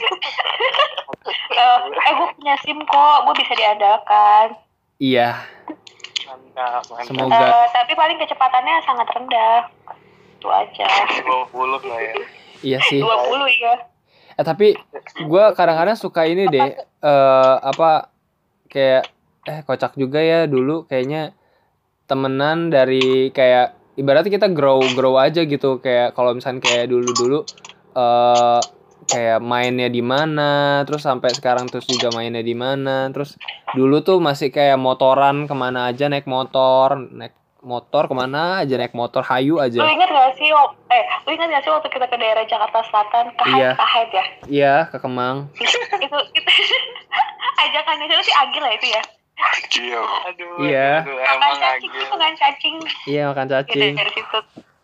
Eh, eh gue punya SIM kok, gue bisa diadakan. Iya. Mantap, mantap. Semoga. Eh, tapi paling kecepatannya sangat rendah. Itu aja. dua puluh lah ya. Iya sih. dua puluh ya. Eh tapi gue kadang-kadang suka ini deh. eh apa kayak eh kocak juga ya dulu kayaknya temenan dari kayak ibaratnya kita grow grow aja gitu, kayak kalau misalnya kayak dulu-dulu eh kayak mainnya di mana, terus sampai sekarang terus juga mainnya di mana, terus dulu tuh masih kayak motoran kemana aja naik motor, naik motor kemana aja naik motor hayu Lu aja. inget gak sih, wak- eh, lu inget gak sih waktu kita ke daerah Jakarta Selatan, ke Iya. Haid, ke Haid ya? Iya ke Kemang. itu, itu, ajakannya itu sih agil lah itu ya. Gil. Aduh, Iya. aduh, Makan emang cacing agil. itu kan cacing. Iya makan Gitu cacing. dari situ.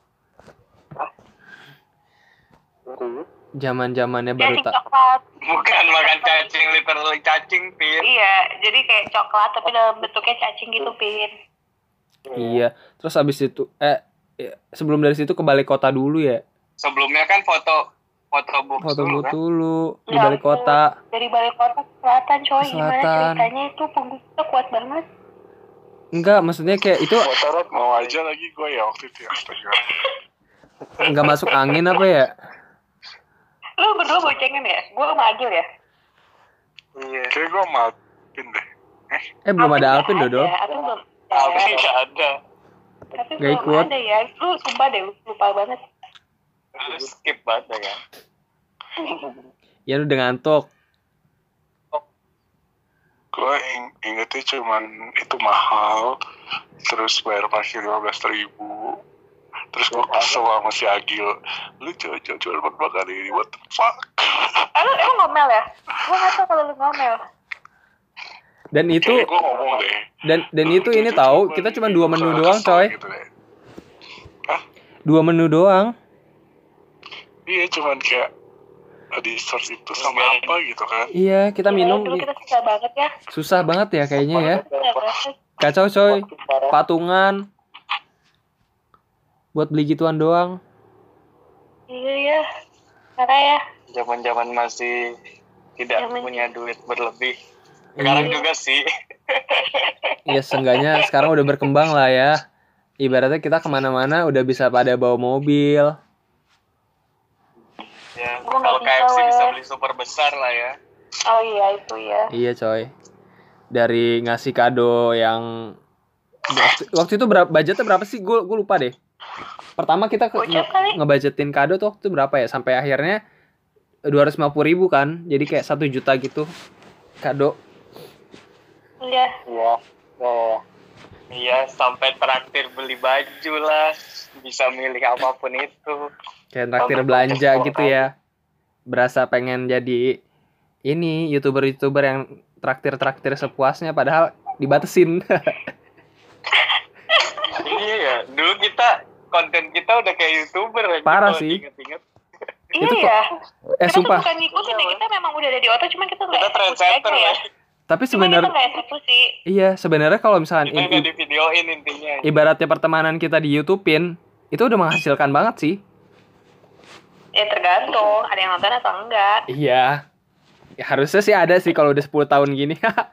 Zaman-zamannya baru Cacing tak. coklat. Bukan makan cacing, literally cacing, Pin. Iya, jadi kayak coklat tapi dalam bentuknya cacing gitu, Pin. Iya. Terus habis itu eh eh, sebelum dari situ ke balik kota dulu ya. Sebelumnya kan foto foto books Foto dulu booth kan. dulu di Ya balik ampun, kota. Dari balik kota ke selatan, coy. Ke Gimana selatan. ceritanya itu punggungnya kuat banget. Enggak, maksudnya kayak itu Motornya Mau aja lagi gue ya waktu itu ya. Astaga. enggak masuk angin apa ya? Lu berdua boncengan ya? Gue sama Agil ya? Iya. Kayak gue maafin deh. Eh belum ada nggak Alvin ada, Dodo. Alvin belum. Tapi nggak ada. Tapi Nggak belum ikut. ada ya. Lu sumpah deh, lupa banget. Lu skip banget ya kan. Ya lu udah ngantuk. Gue ing- ingetnya cuman itu mahal, terus bayar parkir lima belas ribu, terus gue kesel sama si Agil, lu coba-coba jual bakar ini, what the fuck. Eh, lu emang ngomel ya? Gue nggak tahu kalau lu ngomel. Dan itu Kayaknya gue ngomong deh. dan dan itu ini Itu tahu cuman kita cuma dua menu kesel doang, coy. gitu deh. Hah? Dua menu doang. Iya, cuman kayak di source itu sama apa gitu kan. Iya, kita minum Dulu kita susah banget ya. susah banget ya kayaknya ya. Susah banget. Kacau coy. Patungan buat beli gituan doang. Iya ya. Parah ya. Zaman-zaman masih tidak Zaman- punya duit berlebih. Sekarang Iya. juga sih. Iya, seenggaknya sekarang udah berkembang lah ya. Ibaratnya kita kemana-mana udah bisa pada bawa mobil. Ya, Gua nggak kalau bisa, K F C bisa weh. beli super besar lah ya. Oh iya itu ya. Iya coy. Dari ngasih kado yang waktu, waktu itu berapa budgetnya berapa sih? Gue gue lupa deh. Pertama kita ke, Gocap nge- kali. ngebudgetin kado tuh waktu itu berapa ya? Sampai akhirnya dua ratus lima puluh ribu kan. Jadi kayak satu juta gitu kado. Iya. Iya. Ya. Iya, sampai traktir beli baju lah. Bisa milih apapun itu. Kayak traktir belanja gitu ya. Berasa pengen jadi ini YouTuber-YouTuber yang traktir-traktir sepuasnya padahal dibatesin. Iya ya, dulu kita konten kita udah kayak YouTuber aja. Parah kalau sih. diinget-inget. Iya Itu kok- ya. eh Kita sumpah. tuh bukan ngikutin ya, kita memang udah ada di otak, cuma kita nggak Kita eksekusi trendsetter aja ya. lah. Tapi Cuma kita sebenarnya nggak eksekusi. iya, sebenarnya kalau misalkan Kita i- nggak i- di videoin intinya. ibaratnya pertemanan kita di YouTubein, itu udah menghasilkan banget sih. Ya tergantung, ada yang nonton atau enggak. Iya. Ya, harusnya sih ada sih kalau udah sepuluh tahun gini.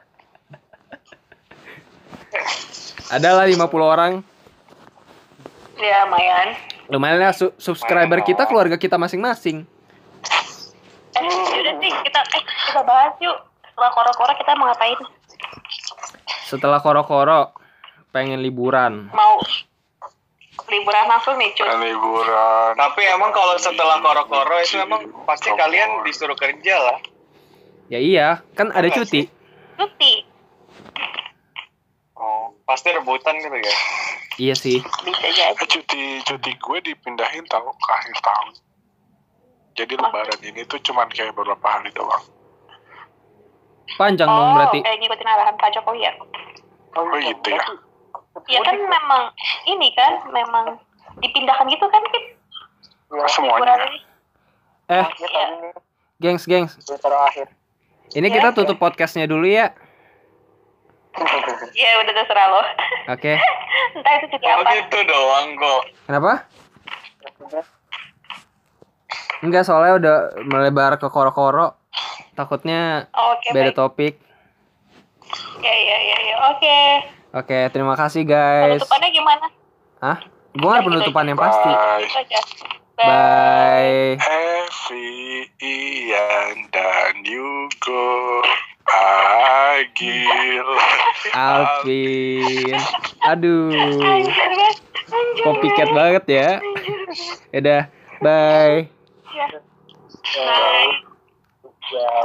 Ada lah lima puluh orang. Ya lumayan. Lumayan lah su- subscriber kita, keluarga kita masing-masing. Eh yaudah sih, kita eh kita bahas yuk. Setelah koro-koro kita mau ngapain? Setelah koro-koro, pengen liburan. Mau liburan langsung nih cuy. Kan liburan. Tapi emang kalau setelah koro-koro itu emang pasti kalian disuruh kerja lah. Ya iya, kan ada cuti. Cuti. Oh, pasti rebutan gitu ya. Iya sih. Bisa jadi. Eh, cuti cuti gue dipindahin tahu ke akhir tahun. Jadi lebaran ini tuh cuman kayak beberapa hari doang. Panjang dong Oh, berarti. eh ngikutin arahan Pak Jokowi ya. Oh gitu ya. Ya kan memang ini kan memang dipindahkan gitu kan Kit? Oh, semuanya. Liburan ini. Eh, Iya. gengs, gengs. Terakhir. Ini Ya, kita ya. tutup podcastnya dulu ya. Ya udah terserah lo. Oke. Entah itu cuti Oh apa. gitu doang kok. Kenapa? Enggak, soalnya udah melebar ke koro-koro. Takutnya Oh, Oke beda baik. topik. Ya ya ya ya. Oke. Oke, terima kasih guys. Penutupannya gimana? Hah? Gue nggak ada penutupan yang pasti. Bye. Itu aja. Bye. Evi, Ian, dan Yugo, Agil. Alvin. Aduh. Anjir banget. Anjir. Copycat banget ya. Udah. Bye. Ya. Bye. Ya.